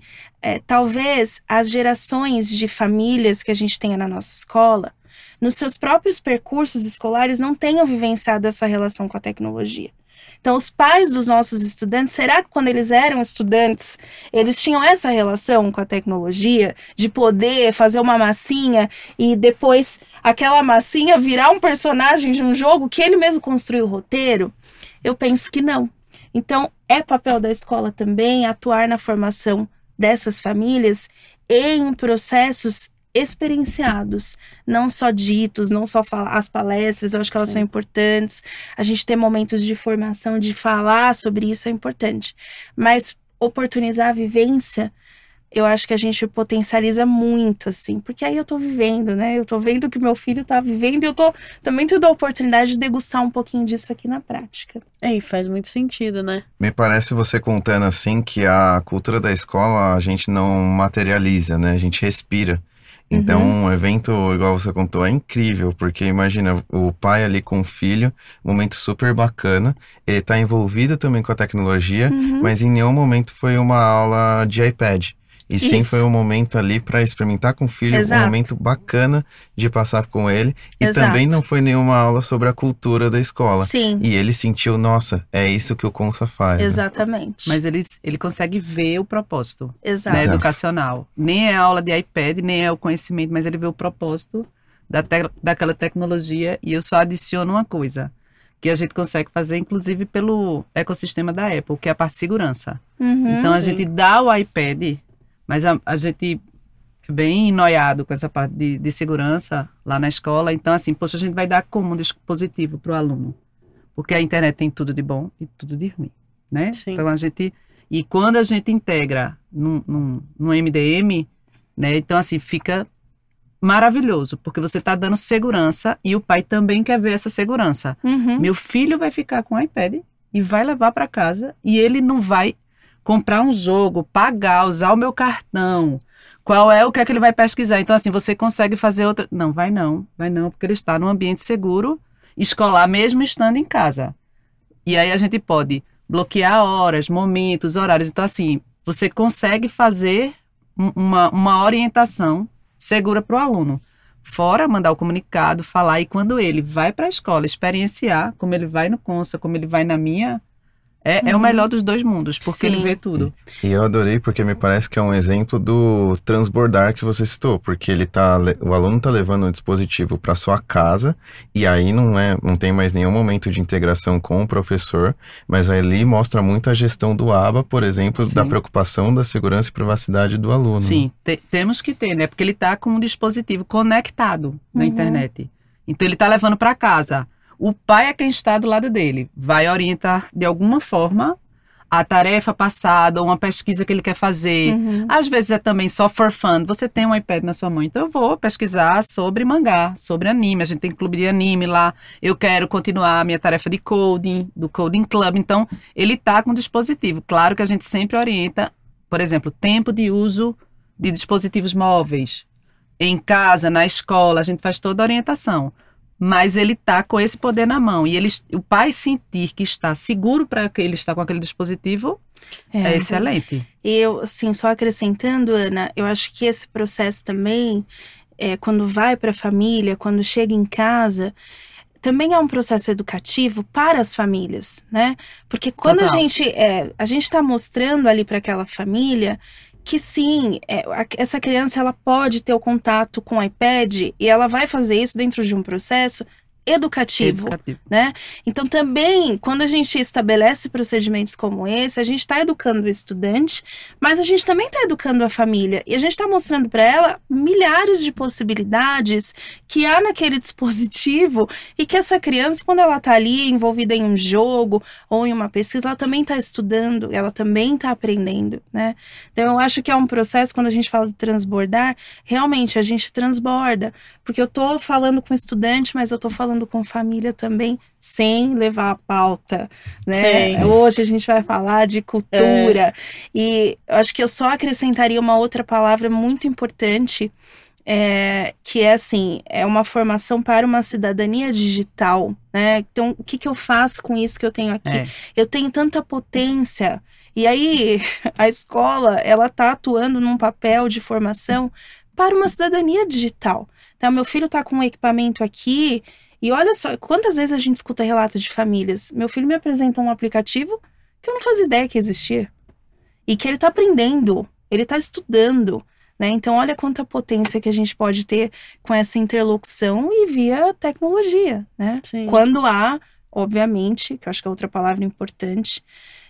talvez as gerações de famílias que a gente tenha na nossa escola, nos seus próprios percursos escolares, não tenham vivenciado essa relação com a tecnologia. Então, os pais dos nossos estudantes, será que quando eles eram estudantes, eles tinham essa relação com a tecnologia, de poder fazer uma massinha e depois aquela massinha virar um personagem de um jogo que ele mesmo construiu o roteiro? Eu penso que não. Então, é papel da escola também atuar na formação dessas famílias em processos experienciados, não só ditos, não só as palestras, eu acho que elas são importantes, a gente ter momentos de formação, de falar sobre isso é importante, mas oportunizar a vivência, eu acho que a gente potencializa muito, assim, porque aí eu tô vivendo, né, eu tô vendo o que meu filho tá vivendo e eu tô também tendo a oportunidade de degustar um pouquinho disso aqui na prática. E faz muito sentido, né? Me parece você contando assim que a cultura da escola a gente não materializa, né, a gente respira. Então, um evento, igual você contou, é incrível, porque imagina o pai ali com o filho, um momento super bacana, ele tá envolvido também com a tecnologia, mas em nenhum momento foi uma aula de iPad. E sim, foi um momento ali para experimentar com o filho, Exato. um momento bacana de passar com ele. E Exato. também não foi nenhuma aula sobre a cultura da escola. Sim. E ele sentiu, nossa, é isso que o CONSA faz. Exatamente. Mas ele consegue ver o propósito, Exato. né, educacional. Nem é aula de iPad, nem é o conhecimento, mas ele vê o propósito daquela tecnologia. E eu só adiciono uma coisa, que a gente consegue fazer, inclusive, pelo ecossistema da Apple, que é a parte de segurança. Então, a gente dá o iPad, mas a gente é bem noiado com essa parte de segurança lá na escola. Então, assim, poxa, a gente vai dar como um dispositivo para o aluno. Porque a internet tem tudo de bom e tudo de ruim, né? Sim. Então, e quando a gente integra num MDM, né? Então, assim, fica maravilhoso, porque você está dando segurança e o pai também quer ver essa segurança. Meu filho vai ficar com o iPad e vai levar para casa e ele não vai comprar um jogo, pagar, usar o meu cartão, o que é que ele vai pesquisar. Então, assim, você consegue fazer outra... Não, vai não, porque ele está num ambiente seguro, escolar, mesmo estando em casa. E aí a gente pode bloquear horas, momentos, horários. Então, assim, você consegue fazer uma orientação segura para o aluno. Fora mandar o comunicado, falar, e quando ele vai para a escola experienciar, como ele vai no Consa, como ele vai na minha, é o melhor dos dois mundos, porque ele vê tudo. E eu adorei porque me parece que é um exemplo do transbordar que você citou, porque o aluno está levando o dispositivo para sua casa, e aí não tem mais nenhum momento de integração com o professor, mas ali mostra muito a gestão do ABA, por exemplo, da preocupação da segurança e privacidade do aluno. Sim, temos que ter, né? Porque ele está com um dispositivo conectado na internet. Então ele está levando para casa. O pai é quem está do lado dele, vai orientar de alguma forma a tarefa passada ou uma pesquisa que ele quer fazer. Às vezes é também só for fun. Você tem um iPad na sua mão, então eu vou pesquisar sobre mangá, sobre anime. A gente tem clube de anime lá. Eu quero continuar a minha tarefa de coding, do Coding Club. Então, ele está com o dispositivo. Claro que a gente sempre orienta, por exemplo, tempo de uso de dispositivos móveis. Em casa, na escola, a gente faz toda a orientação. Mas ele está com esse poder na mão. E o pai sentir que está seguro para que ele está com aquele dispositivo é excelente. E eu, assim, só acrescentando, Ana, eu acho que esse processo também, quando vai para a família, quando chega em casa, também é um processo educativo para as famílias, né? Porque quando a gente está mostrando ali para aquela família que sim, essa criança ela pode ter o contato com o iPad e ela vai fazer isso dentro de um processo educativo, né? Então também, quando a gente estabelece procedimentos como esse, a gente está educando o estudante, mas a gente também está educando a família. E a gente está mostrando para ela milhares de possibilidades que há naquele dispositivo e que essa criança, quando ela está ali envolvida em um jogo ou em uma pesquisa, ela também está estudando, ela também está aprendendo, né? Então eu acho que é um processo, quando a gente fala de transbordar, realmente a gente transborda, porque eu estou falando com o estudante, mas eu estou falando com família também, sem levar a pauta, né? Sim. Hoje a gente vai falar de cultura. E eu acho que eu só acrescentaria uma outra palavra muito importante, que é assim, é uma formação para uma cidadania digital, né? Então, o que eu faço com isso que eu tenho aqui? Eu tenho tanta potência. E aí, a escola, ela está atuando num papel de formação para uma cidadania digital. Então, meu filho está com um equipamento aqui. E olha só, quantas vezes a gente escuta relatos de famílias. Meu filho me apresentou um aplicativo que eu não fazia ideia que existia. E que ele está aprendendo, ele está estudando, né? Então, olha quanta potência que a gente pode ter com essa interlocução e via tecnologia, né? Sim. Quando há, obviamente, que eu acho que é outra palavra importante,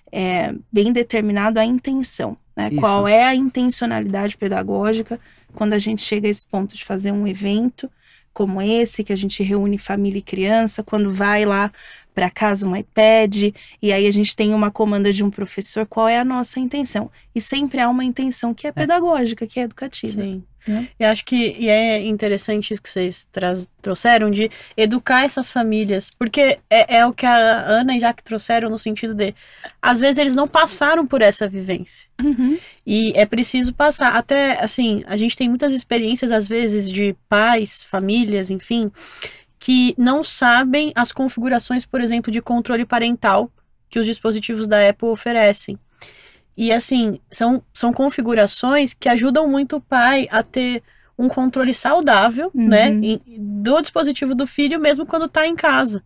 bem determinado a intenção, né? Qual é a intencionalidade pedagógica quando a gente chega a esse ponto de fazer um evento como esse, que a gente reúne família e criança, quando vai lá para casa um iPad, e aí a gente tem uma comanda de um professor, qual é a nossa intenção? E sempre há uma intenção que é pedagógica, que é educativa. Sim. Eu acho que é interessante isso que vocês trouxeram, de educar essas famílias, porque é o que a Ana e Jaque trouxeram no sentido de, às vezes eles não passaram por essa vivência, e é preciso passar, até assim, a gente tem muitas experiências às vezes de pais, famílias, enfim, que não sabem as configurações, por exemplo, de controle parental que os dispositivos da Apple oferecem. E assim, são configurações que ajudam muito o pai a ter um controle saudável, né, do dispositivo do filho, mesmo quando está em casa.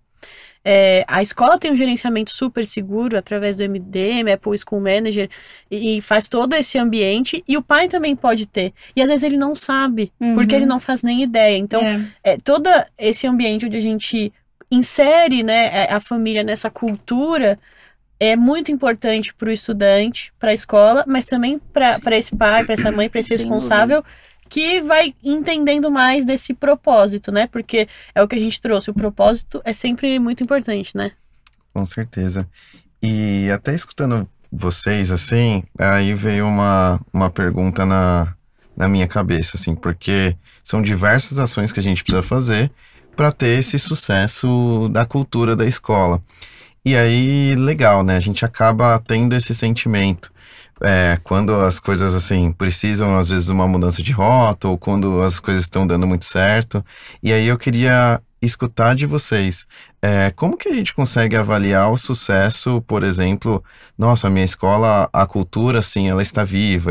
A escola tem um gerenciamento super seguro através do MDM, Apple School Manager, e faz todo esse ambiente, e o pai também pode ter. E às vezes ele não sabe, porque ele não faz nem ideia. Então, todo esse ambiente onde a gente insere, né, a família nessa cultura é muito importante para o estudante, para a escola, mas também para esse pai, para essa mãe, para esse responsável, que vai entendendo mais desse propósito, né? Porque é o que a gente trouxe, o propósito é sempre muito importante, né? Com certeza. E até escutando vocês, assim, aí veio uma pergunta na minha cabeça, assim, porque são diversas ações que a gente precisa fazer para ter esse sucesso da cultura da escola. E aí, legal, né? A gente acaba tendo esse sentimento. Quando as coisas, assim, precisam, às vezes, de uma mudança de rota, ou quando as coisas estão dando muito certo. E aí eu queria escutar de vocês, como que a gente consegue avaliar o sucesso, por exemplo, nossa, a minha escola, a cultura, sim, ela está viva,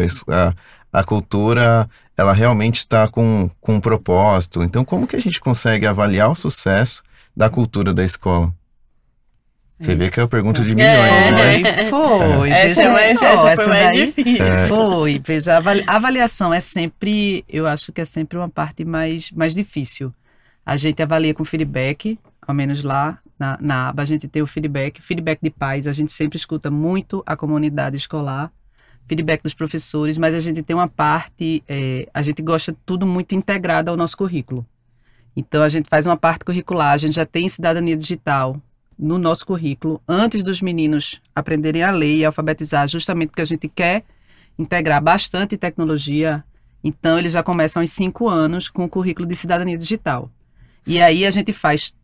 a cultura, ela realmente está com um propósito. Então, como que a gente consegue avaliar o sucesso da cultura da escola? Você vê que é uma pergunta de milhões, né? Foi. Essa foi mais difícil. Foi. Veja, a avaliação é sempre, eu acho que é sempre uma parte mais difícil. A gente avalia com feedback, ao menos lá na aba, a gente tem o feedback de pais, a gente sempre escuta muito a comunidade escolar, feedback dos professores, mas a gente tem uma parte, a gente gosta de tudo muito integrado ao nosso currículo. Então, a gente faz uma parte curricular, a gente já tem cidadania digital no nosso currículo, antes dos meninos aprenderem a ler e alfabetizar, justamente porque a gente quer integrar bastante tecnologia. Então, eles já começam aos 5 anos com o currículo de cidadania digital. E aí, a gente faz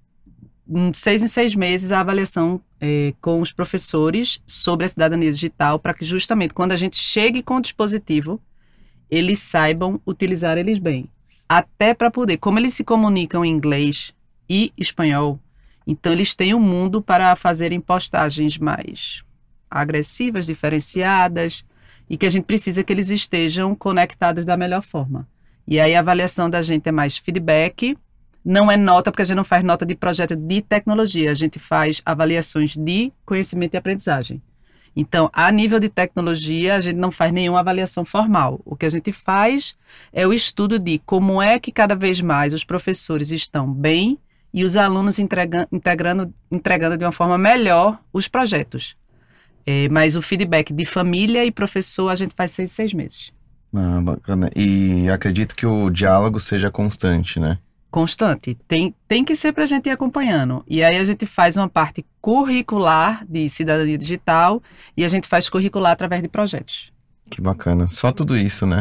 6 em 6 meses a avaliação com os professores sobre a cidadania digital, para que justamente quando a gente chegue com o dispositivo, eles saibam utilizar eles bem. Até para poder, como eles se comunicam em inglês e espanhol, então eles têm um mundo para fazerem postagens mais agressivas, diferenciadas, e que a gente precisa que eles estejam conectados da melhor forma. E aí a avaliação da gente é mais feedback, não é nota, porque a gente não faz nota de projeto de tecnologia, a gente faz avaliações de conhecimento e aprendizagem. Então, a nível de tecnologia, a gente não faz nenhuma avaliação formal. O que a gente faz é o estudo de como é que cada vez mais os professores estão bem e os alunos entregando de uma forma melhor os projetos. Mas o feedback de família e professor a gente faz 6 em 6 meses. Ah, bacana. E acredito que o diálogo seja constante, né? Constante. Tem que ser para a gente ir acompanhando. E aí a gente faz uma parte curricular de cidadania digital e a gente faz curricular através de projetos. Que bacana. Só tudo isso, né?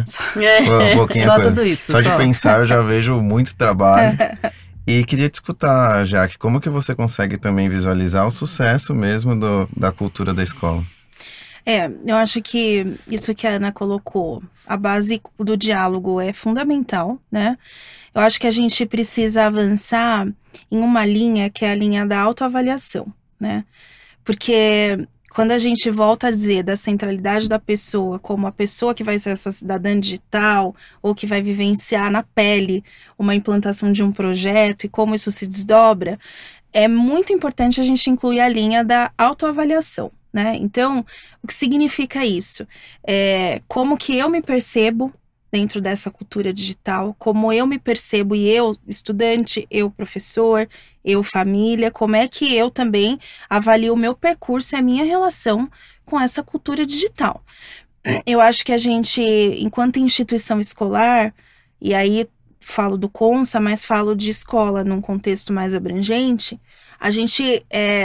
Só tudo isso. Só de pensar eu já vejo muito trabalho. E queria te escutar, Jaque, como que você consegue também visualizar o sucesso mesmo da cultura da escola? Eu acho que isso que a Ana colocou, a base do diálogo é fundamental, né? Eu acho que a gente precisa avançar em uma linha que é a linha da autoavaliação, né? Porque quando a gente volta a dizer da centralidade da pessoa como a pessoa que vai ser essa cidadã digital ou que vai vivenciar na pele uma implantação de um projeto e como isso se desdobra, é muito importante a gente incluir a linha da autoavaliação, né? Então, o que significa isso? Como que eu me percebo dentro dessa cultura digital, como eu me percebo, e eu, estudante, eu, professor, eu, família, como é que eu também avalio o meu percurso e a minha relação com essa cultura digital. Eu acho que a gente, enquanto instituição escolar, e aí falo do CONSA, mas falo de escola num contexto mais abrangente, a gente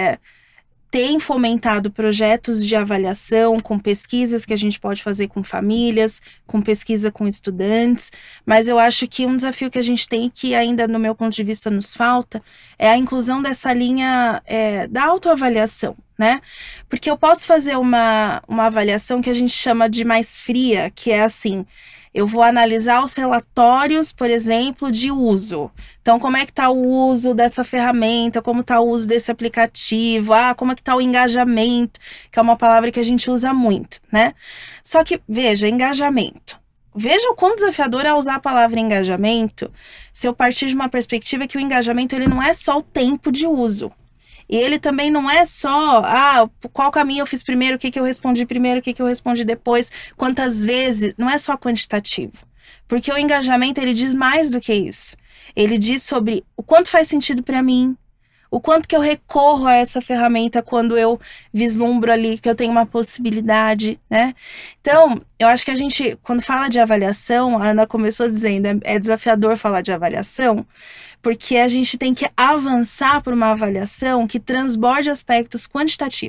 tem fomentado projetos de avaliação com pesquisas que a gente pode fazer com famílias, com pesquisa com estudantes, mas eu acho que um desafio que a gente tem, que ainda no meu ponto de vista nos falta, é a inclusão dessa linha da autoavaliação, né? Porque eu posso fazer uma avaliação que a gente chama de mais fria, que é assim: eu vou analisar os relatórios, por exemplo, de uso. Então, como é que está o uso dessa ferramenta, como está o uso desse aplicativo, como é que está o engajamento, que é uma palavra que a gente usa muito, né? Só que, veja, engajamento. Veja o quão desafiador é usar a palavra engajamento se eu partir de uma perspectiva que o engajamento ele não é só o tempo de uso. E ele também não é só, qual caminho eu fiz primeiro, o que eu respondi primeiro, o que eu respondi depois, quantas vezes, não é só quantitativo. Porque o engajamento, ele diz mais do que isso. Ele diz sobre o quanto faz sentido para mim, o quanto que eu recorro a essa ferramenta quando eu vislumbro ali que eu tenho uma possibilidade, né? Então, eu acho que a gente, quando fala de avaliação, a Ana começou dizendo, é desafiador falar de avaliação, porque a gente tem que avançar para uma avaliação que transborde aspectos quantitativos.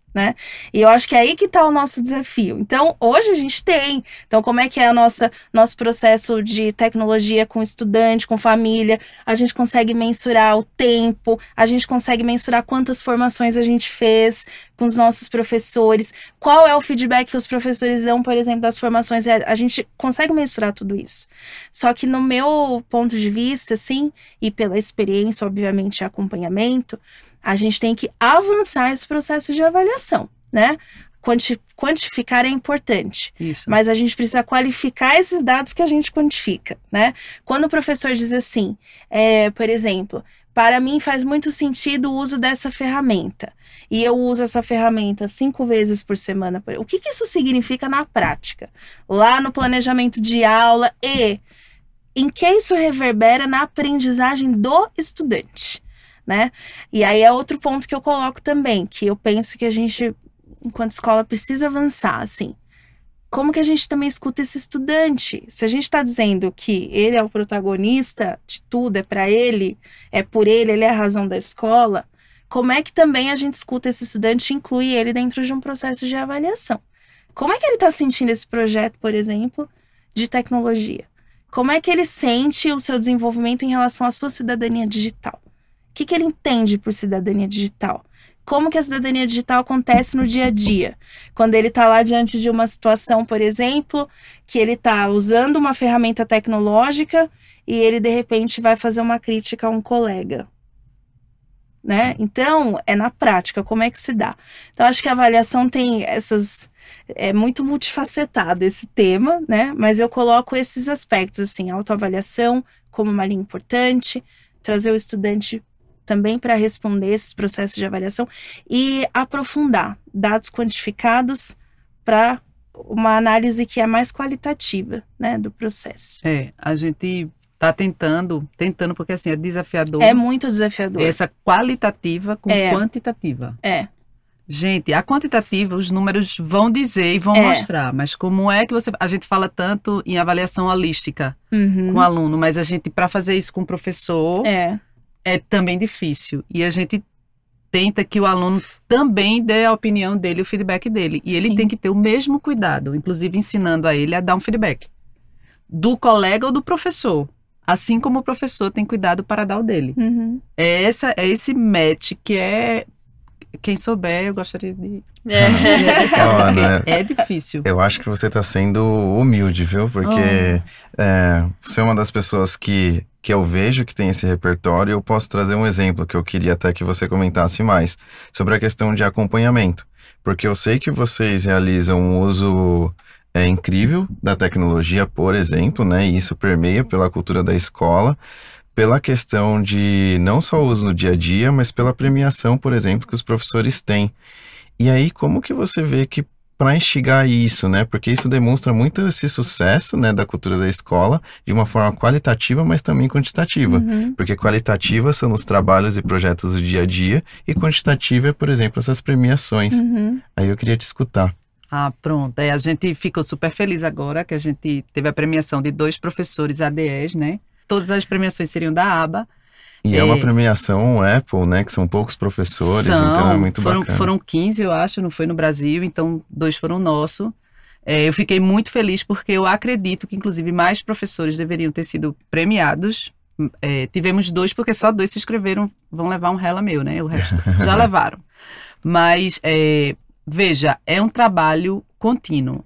né? E eu acho que é aí que está o nosso desafio. Então, hoje a gente tem. Então, como é que é o nosso processo de tecnologia com estudante, com família? A gente consegue mensurar o tempo, a gente consegue mensurar quantas formações a gente fez com os nossos professores, qual é o feedback que os professores dão, por exemplo, das formações. A gente consegue mensurar tudo isso. Só que no meu ponto de vista, assim, e pela experiência, obviamente, e acompanhamento, a gente tem que avançar esse processo de avaliação, né? Quantificar é importante, Isso. mas a gente precisa qualificar esses dados que a gente quantifica, né? Quando o professor diz assim, por exemplo, para mim faz muito sentido o uso dessa ferramenta, e eu uso essa ferramenta 5 vezes por semana. O que isso significa na prática? Lá no planejamento de aula e em que isso reverbera na aprendizagem do estudante, né? E aí é outro ponto que eu coloco também, que eu penso que a gente, enquanto escola, precisa avançar, assim. Como que a gente também escuta esse estudante? Se a gente está dizendo que ele é o protagonista de tudo, é para ele, é por ele é a razão da escola, como é que também a gente escuta esse estudante e inclui ele dentro de um processo de avaliação? Como é que ele está sentindo esse projeto, por exemplo, de tecnologia? Como é que ele sente o seu desenvolvimento em relação à sua cidadania digital? O que ele entende por cidadania digital? Como que a cidadania digital acontece no dia a dia? Quando ele está lá diante de uma situação, por exemplo, que ele está usando uma ferramenta tecnológica e ele, de repente, vai fazer uma crítica a um colega, né? Então, é na prática, como é que se dá? Então, acho que a avaliação tem essas... É muito multifacetado esse tema, né? Mas eu coloco esses aspectos, assim, autoavaliação como uma linha importante, trazer o estudante também para responder esses processos de avaliação e aprofundar dados quantificados para uma análise que é mais qualitativa, né, do processo. A gente tá tentando, porque assim, é desafiador. É muito desafiador. Essa qualitativa com quantitativa. Gente, a quantitativa, os números vão dizer e vão mostrar, mas como é que a gente fala tanto em avaliação holística com o aluno, mas a gente, para fazer isso com o professor, é também difícil. E a gente tenta que o aluno também dê a opinião dele, o feedback dele. E ele tem que ter o mesmo cuidado, inclusive ensinando a ele a dar um feedback do colega ou do professor. Assim como o professor tem cuidado para dar o dele. É esse match que é... Quem souber, eu gostaria de... É difícil. Eu acho que você está sendo humilde, viu? Porque você é uma das pessoas que eu vejo que tem esse repertório. Eu posso trazer um exemplo que eu queria até que você comentasse mais sobre a questão de acompanhamento. Porque eu sei que vocês realizam um uso incrível da tecnologia, por exemplo, né? E isso permeia pela cultura da escola, pela questão de não só o uso no dia a dia, mas pela premiação, por exemplo, que os professores têm. E aí, como que você vê que para instigar isso, né? Porque isso demonstra muito esse sucesso, né, da cultura da escola, de uma forma qualitativa, mas também quantitativa. Porque qualitativa são os trabalhos e projetos do dia a dia, e quantitativa é, por exemplo, essas premiações. Aí eu queria te escutar. Pronto. A gente ficou super feliz agora que a gente teve a premiação de 2 professores ADEs, né? Todas as premiações seriam da aba. E é uma premiação Apple, né? Que são poucos professores, então é muito bacana. Foram 15, eu acho, não foi no Brasil, então 2 foram nossos. Eu fiquei muito feliz porque eu acredito que, inclusive, mais professores deveriam ter sido premiados. Tivemos 2, porque só 2 se inscreveram, vão levar um rela meu, né? O resto já levaram. Mas, veja, é um trabalho contínuo.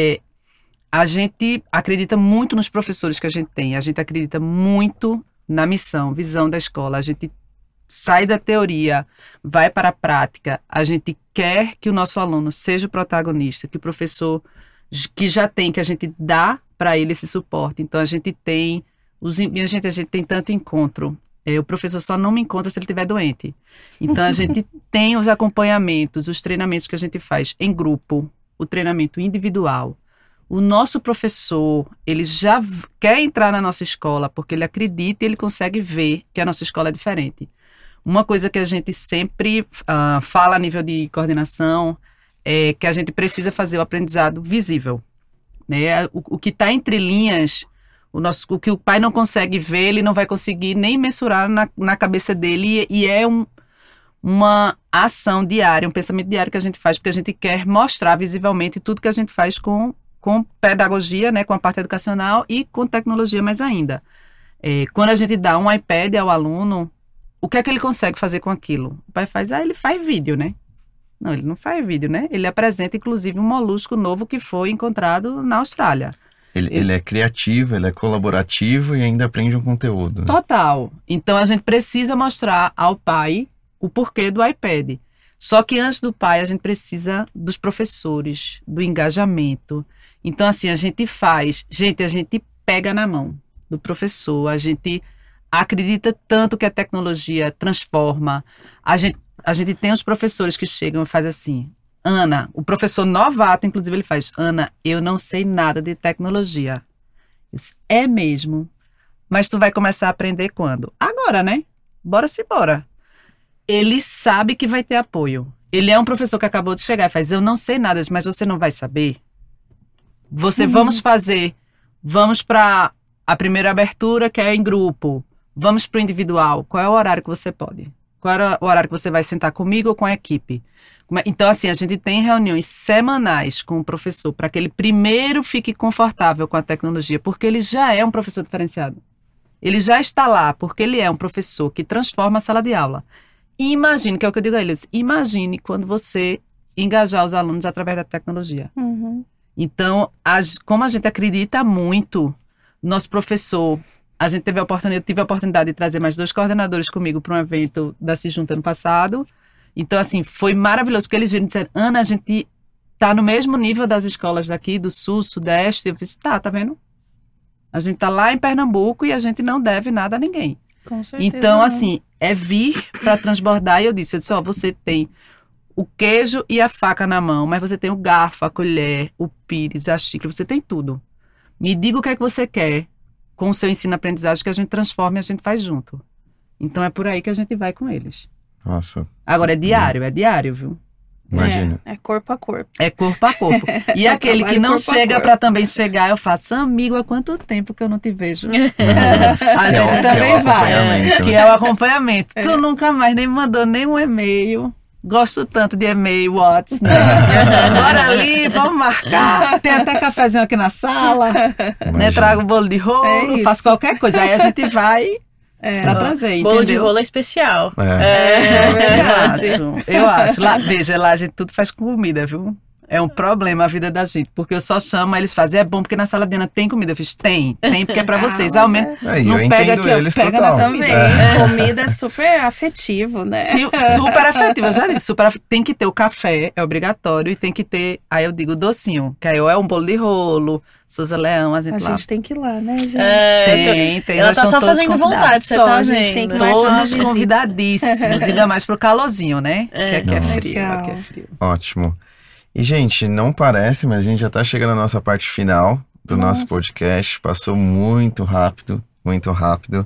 A gente acredita muito nos professores que a gente tem, a gente acredita muito na missão, visão da escola, a gente sai da teoria, vai para a prática, a gente quer que o nosso aluno seja o protagonista, que o professor que já tem, que a gente dá para ele esse suporte. Então a gente tem, a gente tem tanto encontro. O professor só não me encontra se ele estiver doente. Então a gente tem os acompanhamentos, os treinamentos que a gente faz em grupo, o treinamento individual. O nosso professor, ele já quer entrar na nossa escola porque ele acredita e ele consegue ver que a nossa escola é diferente. Uma coisa que a gente sempre fala a nível de coordenação é que a gente precisa fazer o aprendizado visível, né? O que está entre linhas, o que o pai não consegue ver, ele não vai conseguir nem mensurar na cabeça dele, e é uma ação diária, um pensamento diário que a gente faz, porque a gente quer mostrar visivelmente tudo que a gente faz com pedagogia, né, com a parte educacional e com tecnologia mais ainda. Quando a gente dá um iPad ao aluno, o que é que ele consegue fazer com aquilo? O pai faz, ele faz vídeo, né? Não, ele não faz vídeo, né? Ele apresenta, inclusive, um molusco novo que foi encontrado na Austrália. Ele é criativo, ele é colaborativo e ainda aprende um conteúdo. Né? Total. Então, a gente precisa mostrar ao pai o porquê do iPad. Só que antes do pai, a gente precisa dos professores, do engajamento. Então, assim, a gente pega na mão do professor, a gente acredita tanto que a tecnologia transforma. A gente tem os professores que chegam e fazem assim, Ana, o professor novato, inclusive, ele faz, Ana, eu não sei nada de tecnologia. Eu disse, é mesmo? Mas tu vai começar a aprender quando? Agora, né? Bora-se embora. Ele sabe que vai ter apoio. Ele é um professor que acabou de chegar e faz, eu não sei nada, mas você não vai saber? Vamos para a primeira abertura, que é em grupo. Vamos para o individual. Qual é o horário que você pode? Qual é o horário que você vai sentar comigo ou com a equipe? Então, assim, a gente tem reuniões semanais com o professor para que ele primeiro fique confortável com a tecnologia, porque ele já é um professor diferenciado. Ele já está lá porque ele é um professor que transforma a sala de aula. E imagine, que é o que eu digo a eles, imagine quando você engajar os alunos através da tecnologia. Uhum. Então, como a gente acredita muito, nosso professor, eu tive a oportunidade de trazer mais 2 coordenadores comigo para um evento da Cisjunta ano passado. Então, assim, foi maravilhoso, porque eles viram e disseram, Ana, a gente tá no mesmo nível das escolas daqui, do Sul, Sudeste. Eu disse, tá vendo? A gente tá lá em Pernambuco e a gente não deve nada a ninguém. Com certeza. Então, assim, é vir para transbordar. E eu disse, você tem o queijo e a faca na mão, mas você tem o garfo, a colher, o pires, a xícara, você tem tudo. Me diga o que é que você quer com o seu ensino-aprendizagem que a gente transforma e a gente faz junto. Então, é por aí que a gente vai com eles. Nossa. Agora, é diário, viu? Imagina. É corpo a corpo. É corpo a corpo. E aquele que não chega para também chegar, eu faço, amigo, há quanto tempo que eu não te vejo? A gente também vai. Que é o acompanhamento. Tu nunca mais nem mandou nenhum e-mail. Gosto tanto de e-mail, Whats, né? Bora ali, vamos marcar. Tem até cafezinho aqui na sala. Né? Trago bolo de rolo, faço qualquer coisa. Aí a gente vai pra trazer, entendeu? Bolo de rolo é especial. Eu acho. Lá a gente tudo faz com comida, viu? É um problema a vida da gente, porque eu só chamo, eles fazem, é bom porque na sala de Ana tem comida. Eu fiz, tem porque é pra vocês. Ao menos não eu pega entendo aqui, eles pega total. na Também. Comida é super afetivo, né? Sim, super afetivo, eu já disse, tem que ter o café, é obrigatório, e tem que ter, aí eu digo, docinho, que aí é um bolo de rolo, Souza Leão, a gente tem que ir lá, né, gente? Tem. Ela tá só fazendo vontade, você tá a gente tem que todos convidadíssimos, ainda mais pro calorzinho, né? Que aqui é frio. Ótimo. E, gente, não parece, mas a gente já tá chegando na nossa parte final do nosso podcast. Passou muito rápido, muito rápido.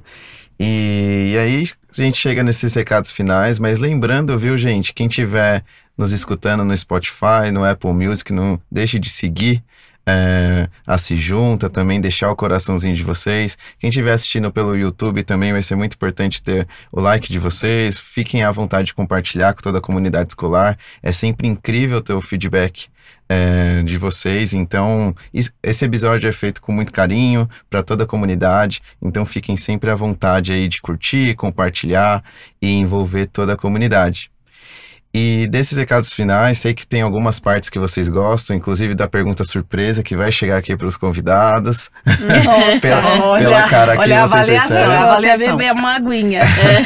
E aí, a gente chega nesses recados finais, mas lembrando, viu, gente, quem tiver nos escutando no Spotify, no Apple Music, não deixe de seguir a Cisjunta, também deixar o coraçãozinho de vocês. Quem estiver assistindo pelo YouTube também vai ser muito importante ter o like de vocês. Fiquem à vontade de compartilhar com toda a comunidade escolar. É sempre incrível ter o feedback de vocês. Então, esse episódio é feito com muito carinho para toda a comunidade. Então, fiquem sempre à vontade aí de curtir, compartilhar e envolver toda a comunidade. E desses recados finais, sei que tem algumas partes que vocês gostam, inclusive da pergunta surpresa que vai chegar aqui para os convidados. Nossa, pela cara aqui, olha vocês percebem. Eu vou até beber uma aguinha.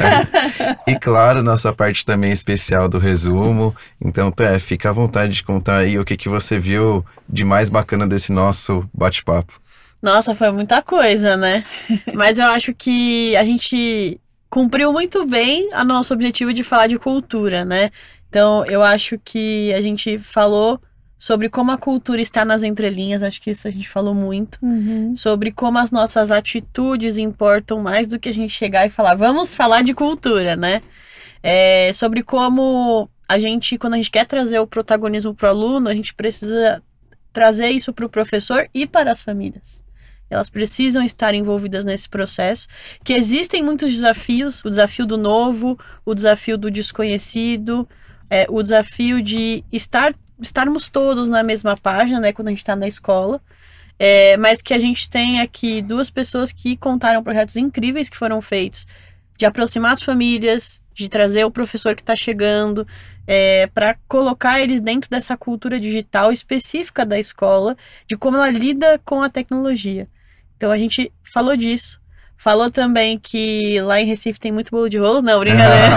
E claro, nossa parte também especial do resumo. Então, Té, fica à vontade de contar aí o que você viu de mais bacana desse nosso bate-papo. Nossa, foi muita coisa, né? Mas eu acho que a gente cumpriu muito bem o nosso objetivo de falar de cultura, né? Então, eu acho que a gente falou sobre como a cultura está nas entrelinhas, acho que isso a gente falou muito, sobre como as nossas atitudes importam mais do que a gente chegar e falar, vamos falar de cultura, né? Sobre como a gente, quando a gente quer trazer o protagonismo para o aluno, a gente precisa trazer isso para o professor e para as famílias. elas precisam estar envolvidas nesse processo, que existem muitos desafios, o desafio do novo, o desafio do desconhecido, o desafio de estarmos todos na mesma página, né, quando a gente está na escola, mas que a gente tem aqui 2 pessoas que contaram projetos incríveis que foram feitos, de aproximar as famílias, de trazer o professor que está chegando, para colocar eles dentro dessa cultura digital específica da escola, de como ela lida com a tecnologia. Então a gente falou disso. Falou também que lá em Recife tem muito bolo de rolo. Não, brincadeira.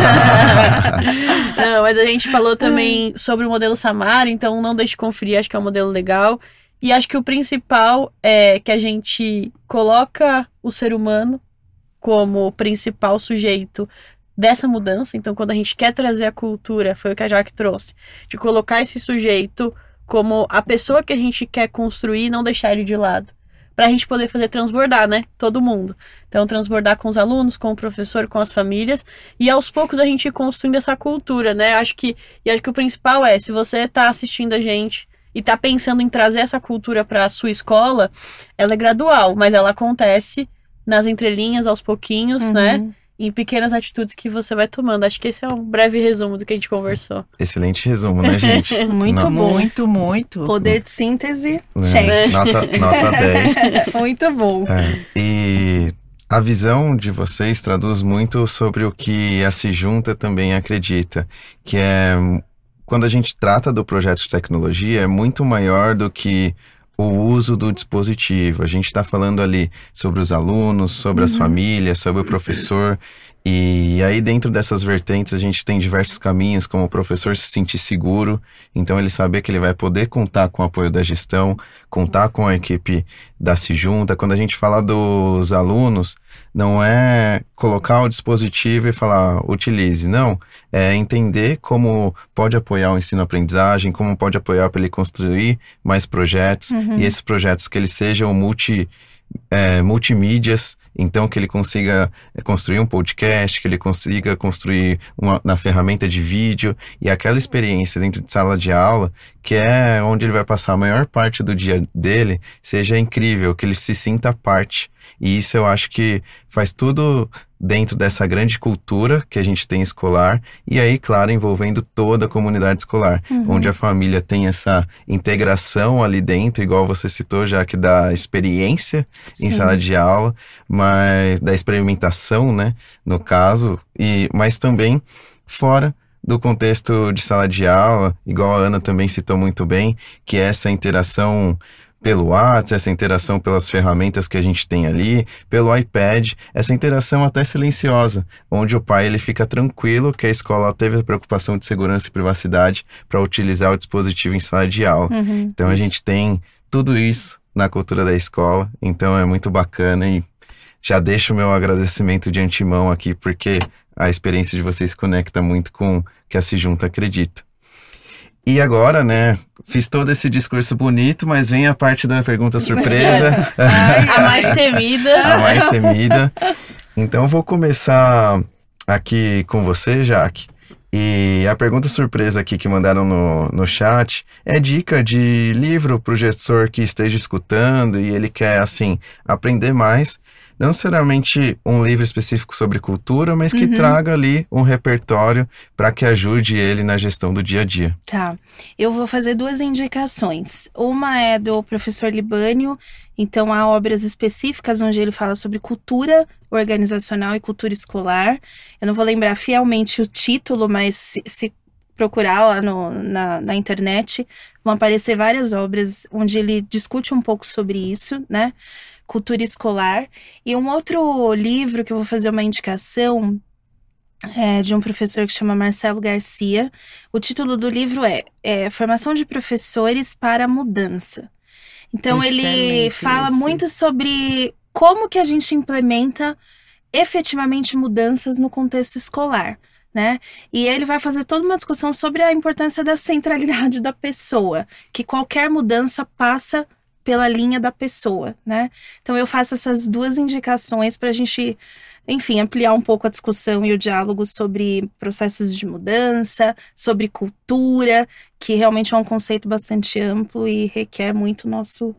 Não, mas a gente falou também sobre o modelo Samara, então não deixe de conferir, acho que é um modelo legal. E acho que o principal é que a gente coloca o ser humano como principal sujeito dessa mudança. Então, quando a gente quer trazer a cultura, foi o que a Jaque trouxe, de colocar esse sujeito como a pessoa que a gente quer construir e não deixar ele de lado, para a gente poder fazer transbordar, né? Todo mundo. Então, transbordar com os alunos, com o professor, com as famílias, e aos poucos a gente ir construindo essa cultura, né? Acho que o principal se você está assistindo a gente e está pensando em trazer essa cultura para a sua escola, ela é gradual, mas ela acontece nas entrelinhas, aos pouquinhos, né? Em pequenas atitudes que você vai tomando. Acho que esse é um breve resumo do que a gente conversou. Excelente resumo, né, gente? Muito bom. Muito. Poder de síntese, check. Nota 10. Muito bom. E a visão de vocês traduz muito sobre o que a Se Junta também acredita, que é, quando a gente trata do projeto de tecnologia, é muito maior do que o uso do dispositivo. A gente está falando ali sobre os alunos, sobre as famílias, sobre o professor. E aí dentro dessas vertentes a gente tem diversos caminhos, como o professor se sentir seguro, então ele saber que ele vai poder contar com o apoio da gestão, contar com a equipe da Se Junta. Quando a gente fala dos alunos, não é colocar o dispositivo e falar utilize, não, é entender como pode apoiar o ensino-aprendizagem, como pode apoiar para ele construir mais projetos, e esses projetos que eles sejam multimídias, então que ele consiga construir um podcast, que ele consiga construir na ferramenta de vídeo, e aquela experiência dentro de sala de aula, que é onde ele vai passar a maior parte do dia dele, seja incrível, que ele se sinta parte. E isso eu acho que faz tudo dentro dessa grande cultura que a gente tem escolar, e aí, claro, envolvendo toda a comunidade escolar, onde a família tem essa integração ali dentro, igual você citou, já que da experiência em sala de aula, mas da experimentação, né, no caso, mas também fora do contexto de sala de aula, igual a Ana também citou muito bem, que é essa interação pelo WhatsApp, essa interação pelas ferramentas que a gente tem ali, pelo iPad, essa interação até silenciosa, onde o pai ele fica tranquilo que a escola teve a preocupação de segurança e privacidade para utilizar o dispositivo em sala de aula. Então a gente tem tudo isso na cultura da escola, então é muito bacana, e já deixo o meu agradecimento de antemão aqui, porque a experiência de vocês conecta muito com o que a Se Junta acredita. E agora, né, fiz todo esse discurso bonito, mas vem a parte da pergunta surpresa. A mais temida. A mais temida. Então, vou começar aqui com você, Jaque. E a pergunta surpresa aqui que mandaram no chat é dica de livro para o gestor que esteja escutando e ele quer, assim, aprender mais. Não necessariamente um livro específico sobre cultura, mas que traga ali um repertório para que ajude ele na gestão do dia a dia. Tá, eu vou fazer 2 indicações. Uma é do professor Libânio, então há obras específicas onde ele fala sobre cultura organizacional e cultura escolar. Eu não vou lembrar fielmente o título, mas se procurar lá na internet, vão aparecer várias obras onde ele discute um pouco sobre isso, né? Cultura escolar. E um outro livro que eu vou fazer uma indicação é de um professor que chama Marcelo Garcia. O título do livro é Formação de Professores para a Mudança. Então ele fala muito sobre como que a gente implementa efetivamente mudanças no contexto escolar, né? E ele vai fazer toda uma discussão sobre a importância da centralidade da pessoa, que qualquer mudança passa pela linha da pessoa, né? Então eu faço essas 2 indicações para a gente, enfim, ampliar um pouco a discussão e o diálogo sobre processos de mudança, sobre cultura, que realmente é um conceito bastante amplo e requer muito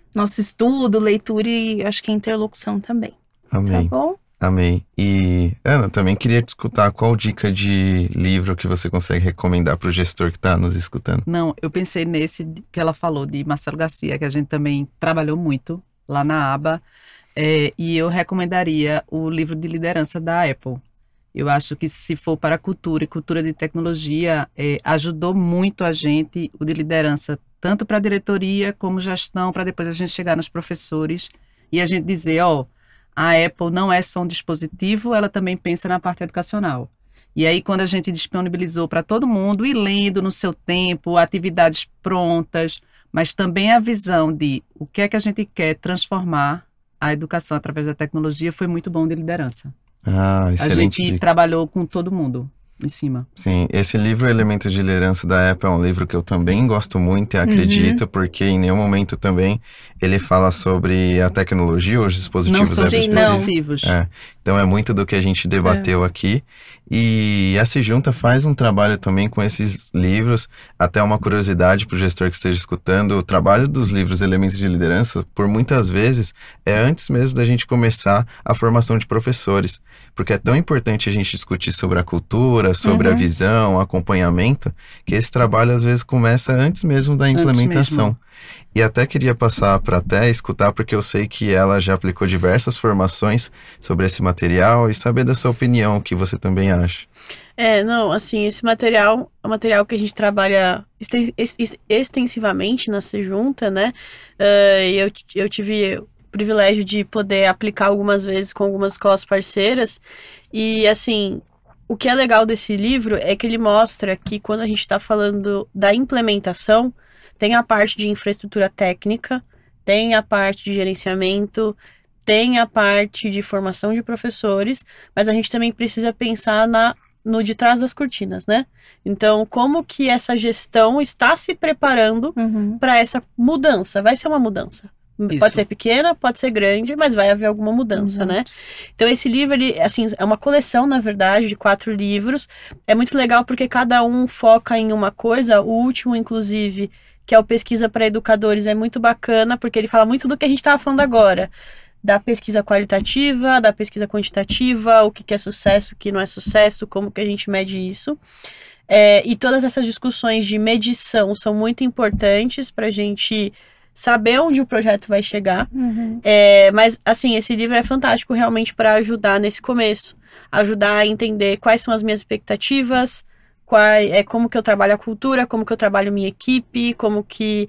nosso estudo, leitura e acho que interlocução também. Amei. Tá bom? Amei. E, Ana, também queria te escutar qual dica de livro que você consegue recomendar para o gestor que está nos escutando. Não, eu pensei nesse que ela falou, de Marcelo Garcia, que a gente também trabalhou muito lá na aba, e eu recomendaria o livro de liderança da Apple. Eu acho que se for para cultura e cultura de tecnologia, ajudou muito a gente, o de liderança, tanto para a diretoria como gestão, para depois a gente chegar nos professores e a gente dizer, a Apple não é só um dispositivo, ela também pensa na parte educacional. E aí, quando a gente disponibilizou para todo mundo, ir lendo no seu tempo, atividades prontas, mas também a visão de o que é que a gente quer transformar a educação através da tecnologia, foi muito bom de liderança. Excelente A gente dica. trabalhou com todo mundo em cima. Sim, esse livro Elementos de Liderança da Apple é um livro que eu também gosto muito e acredito, porque em nenhum momento também ele fala sobre a tecnologia ou os dispositivos Não são dispositivos. Então é muito do que a gente debateu aqui. E a Sejunta faz um trabalho também com esses livros. Até uma curiosidade para o gestor que esteja escutando, o trabalho dos livros Elementos de Liderança, por muitas vezes, é antes mesmo da gente começar a formação de professores. Porque é tão importante a gente discutir sobre a cultura, sobre a visão, o acompanhamento, que esse trabalho às vezes começa antes mesmo da implementação. E até queria passar para Té escutar, porque eu sei que ela já aplicou diversas formações sobre esse material e saber da sua opinião, o que você também acha. Esse material é um material que a gente trabalha extensivamente na Sejunta, né? Eu tive o privilégio de poder aplicar algumas vezes com algumas escolas parceiras. E, assim, o que é legal desse livro é que ele mostra que quando a gente está falando da implementação, tem a parte de infraestrutura técnica, tem a parte de gerenciamento, tem a parte de formação de professores, mas a gente também precisa pensar no de trás das cortinas, né? Então, como que essa gestão está se preparando para essa mudança? Vai ser uma mudança. Isso. Pode ser pequena, pode ser grande, mas vai haver alguma mudança, né? Então, esse livro, ele, assim, é uma coleção, na verdade, de 4 livros. É muito legal porque cada um foca em uma coisa. O último, inclusive, que é o Pesquisa para Educadores, é muito bacana, porque ele fala muito do que a gente estava falando agora. Da pesquisa qualitativa, da pesquisa quantitativa, o que é sucesso, o que não é sucesso, como que a gente mede isso. E todas essas discussões de medição são muito importantes para a gente saber onde o projeto vai chegar. Mas, assim, esse livro é fantástico realmente para ajudar nesse começo. Ajudar a entender quais são as minhas expectativas, como que eu trabalho a cultura, como que eu trabalho minha equipe, como que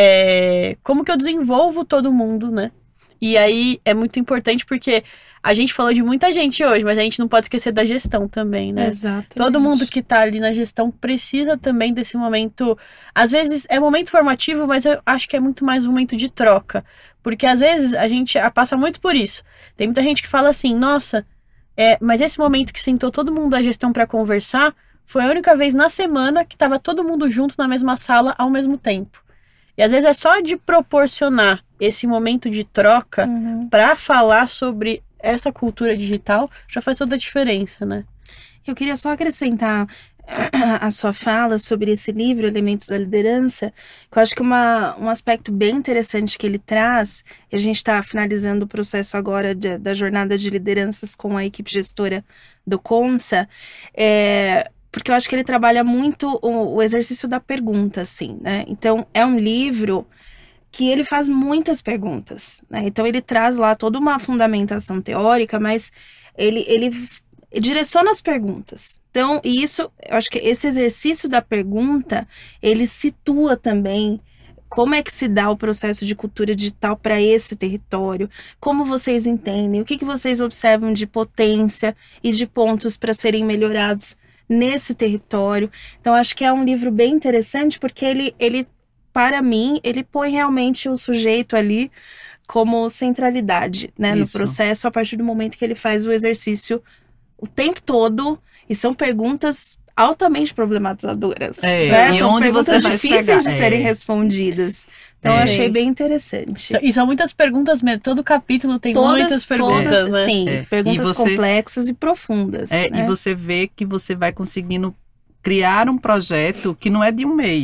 eu desenvolvo todo mundo, né? E aí é muito importante porque a gente falou de muita gente hoje, mas a gente não pode esquecer da gestão também, né? Exatamente. Todo mundo que tá ali na gestão precisa também desse momento. Às vezes é momento formativo, mas eu acho que é muito mais um momento de troca. Porque às vezes a gente passa muito por isso. Tem muita gente que fala assim, nossa, mas esse momento que sentou todo mundo da gestão para conversar foi a única vez na semana que tava todo mundo junto na mesma sala ao mesmo tempo. E às vezes é só de proporcionar esse momento de troca para falar sobre essa cultura digital, já faz toda a diferença, né? Eu queria só acrescentar a sua fala sobre esse livro, Elementos da Liderança, que eu acho que um aspecto bem interessante que ele traz, e a gente está finalizando o processo agora da jornada de lideranças com a equipe gestora do Consa, porque eu acho que ele trabalha muito o exercício da pergunta, assim, né? Então, é um livro que ele faz muitas perguntas, né? Então, ele traz lá toda uma fundamentação teórica, mas ele direciona as perguntas. Então, eu acho que esse exercício da pergunta, ele situa também como é que se dá o processo de cultura digital para esse território, como vocês entendem, o que vocês observam de potência e de pontos para serem melhorados nesse território. Então, acho que é um livro bem interessante, porque ele, para mim, ele põe realmente o sujeito ali como centralidade, né, no processo, a partir do momento que ele faz o exercício o tempo todo, e são perguntas altamente problematizadoras, né? E são onde perguntas você vai difíceis chegar? de serem respondidas. Então, eu achei bem interessante. E são muitas perguntas mesmo. Todo capítulo tem muitas perguntas, né? Sim, perguntas complexas e profundas. E você vê que você vai conseguindo criar um projeto que não é de um mês.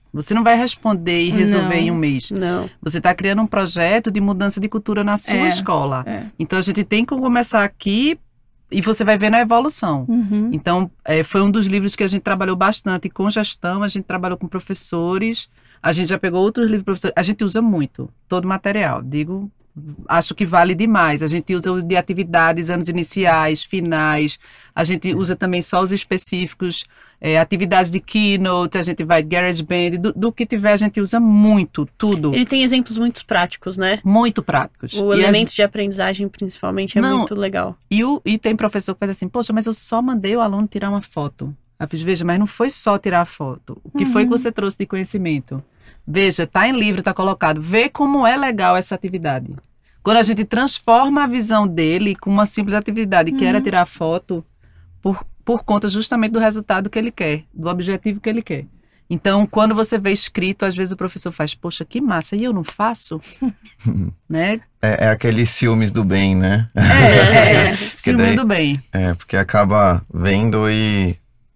Você não vai responder e resolver Não. em um mês. Não. Você está criando um projeto de mudança de cultura na sua escola. Então, a gente tem que começar aqui e você vai ver na evolução. Uhum. Então, foi um dos livros que a gente trabalhou bastante com gestão, a gente trabalhou com professores, a gente já pegou outros livros de professores. A gente usa muito todo o material. Acho que vale demais. A gente usa o de atividades, anos iniciais, finais. A gente usa também só os específicos, atividades de Keynote, a gente vai GarageBand, do que tiver a gente usa muito, tudo. Ele tem exemplos muito práticos, né? Muito práticos. O elemento de aprendizagem, principalmente, é muito legal. E tem professor que faz assim, poxa, mas eu só mandei o aluno tirar uma foto. Eu fiz, veja, mas não foi só tirar a foto. O que foi que você trouxe de conhecimento? Veja, tá em livro, tá colocado. Vê como é legal essa atividade. Quando a gente transforma a visão dele com uma simples atividade, que era tirar foto, por conta justamente do resultado que ele quer, do objetivo que ele quer. Então, quando você vê escrito, às vezes o professor faz, poxa, que massa, e eu não faço? Né? É aquele ciúmes do bem, né? Ciúme do bem. Porque acaba vendo e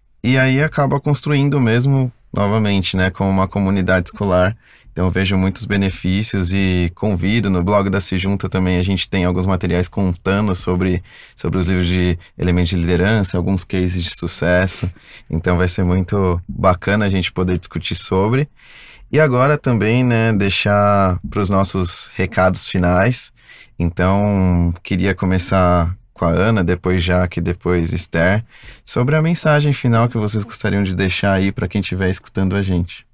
aí acaba construindo mesmo, novamente, né, como uma comunidade escolar. Então eu vejo muitos benefícios e convido, no blog da Se Junta também a gente tem alguns materiais contando sobre os livros de elementos de liderança, alguns cases de sucesso. Então vai ser muito bacana a gente poder discutir sobre. E agora também, né, deixar para os nossos recados finais. Então queria começar com a Ana, depois Jaque, depois Esther, sobre a mensagem final que vocês gostariam de deixar aí para quem estiver escutando a gente.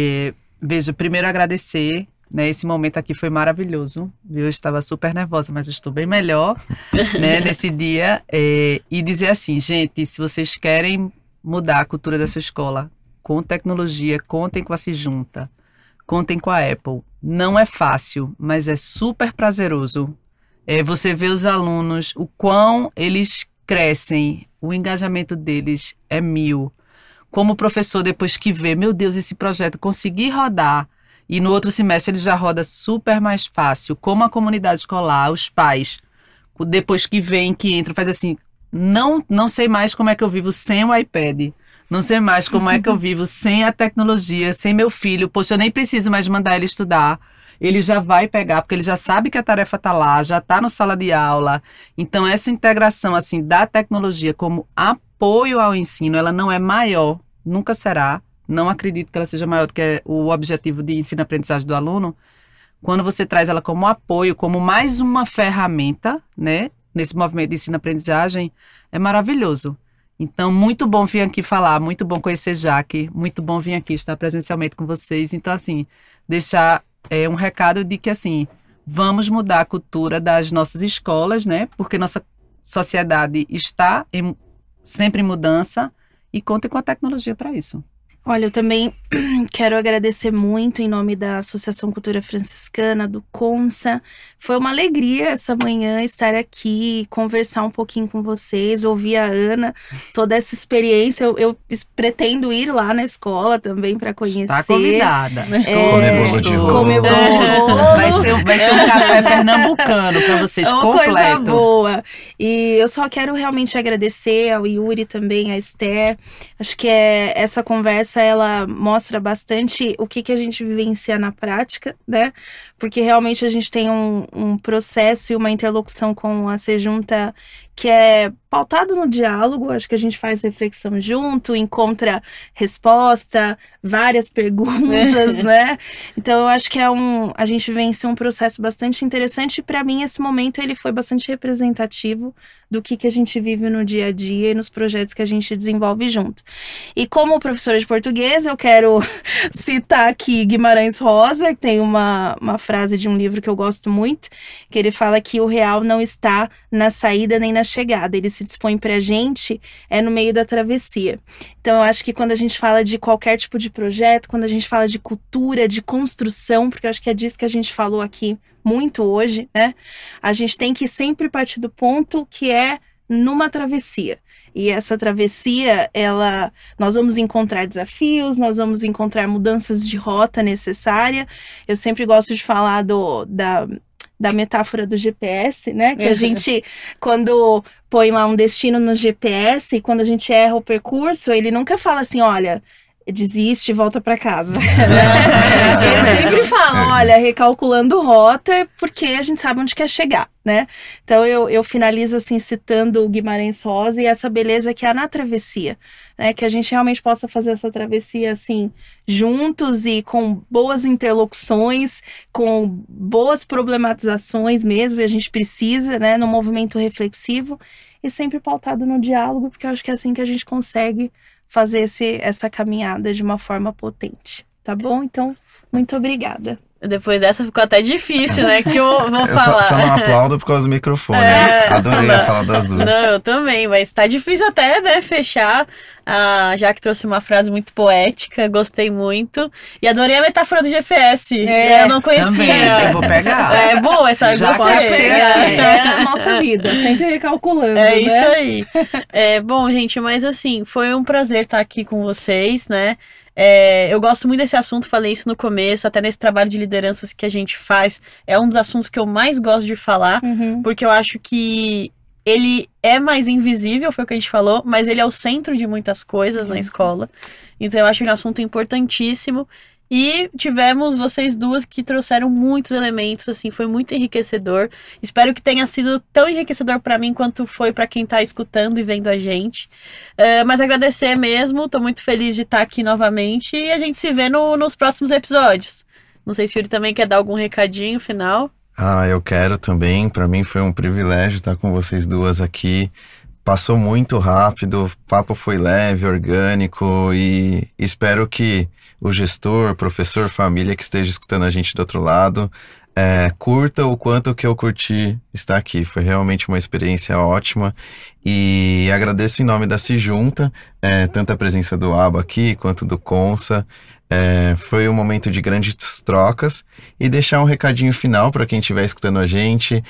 Veja, primeiro agradecer, né, esse momento aqui foi maravilhoso, viu? Eu estava super nervosa, mas eu estou bem melhor, né, nesse dia, e dizer assim, gente, se vocês querem mudar a cultura da sua escola com tecnologia, contem com a Se Junta, contem com a Apple. Não é fácil, mas é super prazeroso. Você vê os alunos, o quão eles crescem, o engajamento deles é 1000. Como professor, depois que vê, meu Deus, esse projeto consegui rodar, e no outro semestre ele já roda super mais fácil. Como a comunidade escolar, os pais, depois que vem, que entram, faz assim, não sei mais como é que eu vivo sem o iPad. Não sei mais como é que eu vivo sem a tecnologia, sem meu filho. Poxa, eu nem preciso mais mandar ele estudar. Ele já vai pegar, porque ele já sabe que a tarefa está lá, já está na sala de aula. Então, essa integração assim, da tecnologia como apoio ao ensino, ela não é maior, nunca será. Não acredito que ela seja maior do que o objetivo de ensino-aprendizagem do aluno. Quando você traz ela como apoio, como mais uma ferramenta, né, nesse movimento de ensino-aprendizagem, é maravilhoso. Então, muito bom vir aqui falar, muito bom conhecer Jaque, muito bom vir aqui estar presencialmente com vocês. Então, assim, deixar um recado de que, assim, vamos mudar a cultura das nossas escolas, né? Porque nossa sociedade está sempre em mudança e contem com a tecnologia para isso. Olha, eu também quero agradecer muito em nome da Associação Cultura Franciscana, do CONSA. Foi uma alegria essa manhã estar aqui, conversar um pouquinho com vocês, ouvir a Ana, toda essa experiência. Eu pretendo ir lá na escola também para conhecer. Está convidada. Comer bolo de rolo. Comer bolo de rolo. Vai ser um café pernambucano para vocês, é uma completo. Coisa boa. E eu só quero realmente agradecer ao Yuri também, à Esther. Acho que essa conversa ela mostra bastante o que a gente vivencia na prática, né? Porque realmente a gente tem um processo e uma interlocução com a Se Junta que é pautado no diálogo. Acho que a gente faz reflexão junto, encontra resposta, várias perguntas, né? Então eu acho que a gente venceu um processo bastante interessante e para mim esse momento ele foi bastante representativo do que a gente vive no dia a dia e nos projetos que a gente desenvolve junto. E como professora de português, eu quero citar aqui Guimarães Rosa, que tem uma frase de um livro que eu gosto muito, que ele fala que o real não está na saída nem na chegada, ele se dispõe pra gente no meio da travessia. Então eu acho que quando a gente fala de qualquer tipo de projeto, quando a gente fala de cultura, de construção, porque eu acho que é disso que a gente falou aqui muito hoje, né? A gente tem que sempre partir do ponto que é numa travessia. E essa travessia, nós vamos encontrar desafios, nós vamos encontrar mudanças de rota necessária. Eu sempre gosto de falar da metáfora do GPS, né? Que a gente, quando põe lá um destino no GPS, quando a gente erra o percurso, ele nunca fala assim, olha, desiste e volta para casa. Eles sempre falam, olha, recalculando rota, porque a gente sabe onde quer chegar, né? Então eu finalizo assim citando o Guimarães Rosa e essa beleza que há na travessia, né? Que a gente realmente possa fazer essa travessia assim juntos e com boas interlocuções, com boas problematizações mesmo, e a gente precisa, né, no movimento reflexivo e sempre pautado no diálogo, porque eu acho que é assim que a gente consegue fazer essa caminhada de uma forma potente, tá bom? Então, muito obrigada. Depois dessa ficou até difícil, né? Que eu vou falar. Só não aplaudo por causa do microfone. Adorei falar das duas. Não, eu também, mas tá difícil até, né, fechar. Já que trouxe uma frase muito poética, gostei muito. E adorei a metáfora do GPS. Eu não conhecia. Também, eu vou pegar. É boa essa, Já gostei. pode pegar. É a nossa vida, sempre recalculando, É né? isso aí. Bom, gente, mas assim, foi um prazer estar aqui com vocês, né? Eu gosto muito desse assunto, falei isso no começo, até nesse trabalho de lideranças que a gente faz, é um dos assuntos que eu mais gosto de falar, porque eu acho que ele é mais invisível, foi o que a gente falou, mas ele é o centro de muitas coisas na escola. Então eu acho ele um assunto importantíssimo. E tivemos vocês duas que trouxeram muitos elementos, assim, foi muito enriquecedor. Espero que tenha sido tão enriquecedor para mim quanto foi para quem tá escutando e vendo a gente. Mas agradecer mesmo, tô muito feliz de estar aqui novamente e a gente se vê nos próximos episódios. Não sei se o Yuri também quer dar algum recadinho final. Eu quero também. Para mim foi um privilégio estar com vocês duas aqui. Passou muito rápido, o papo foi leve, orgânico e espero que o gestor, professor, família que esteja escutando a gente do outro lado, curta o quanto que eu curti estar aqui. Foi realmente uma experiência ótima e agradeço em nome da Se Junta, tanto a presença do ABA aqui quanto do Consa. Foi um momento de grandes trocas e deixar um recadinho final para quem estiver escutando a gente.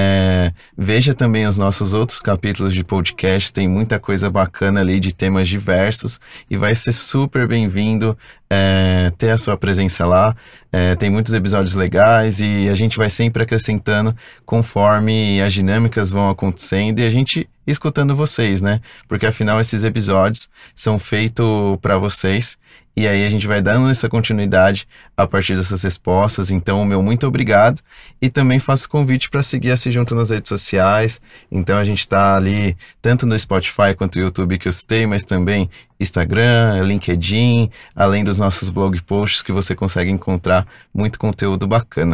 Veja também os nossos outros capítulos de podcast, tem muita coisa bacana ali de temas diversos e vai ser super bem-vindo ter a sua presença lá. Tem muitos episódios legais e a gente vai sempre acrescentando conforme as dinâmicas vão acontecendo e a gente escutando vocês, né? Porque afinal esses episódios são feitos para vocês. E aí a gente vai dando essa continuidade a partir dessas respostas. Então, o meu muito obrigado. E também faço convite para seguir a Se Junta nas redes sociais. Então, a gente está ali tanto no Spotify quanto no YouTube que eu citei, mas também Instagram, LinkedIn, além dos nossos blog posts que você consegue encontrar muito conteúdo bacana.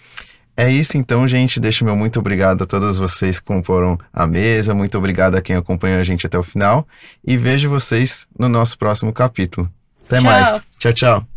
É isso então, gente. Deixo meu muito obrigado a todos vocês que comporam a mesa. Muito obrigado a quem acompanhou a gente até o final. E vejo vocês no nosso próximo capítulo. Até mais. Tchau, tchau.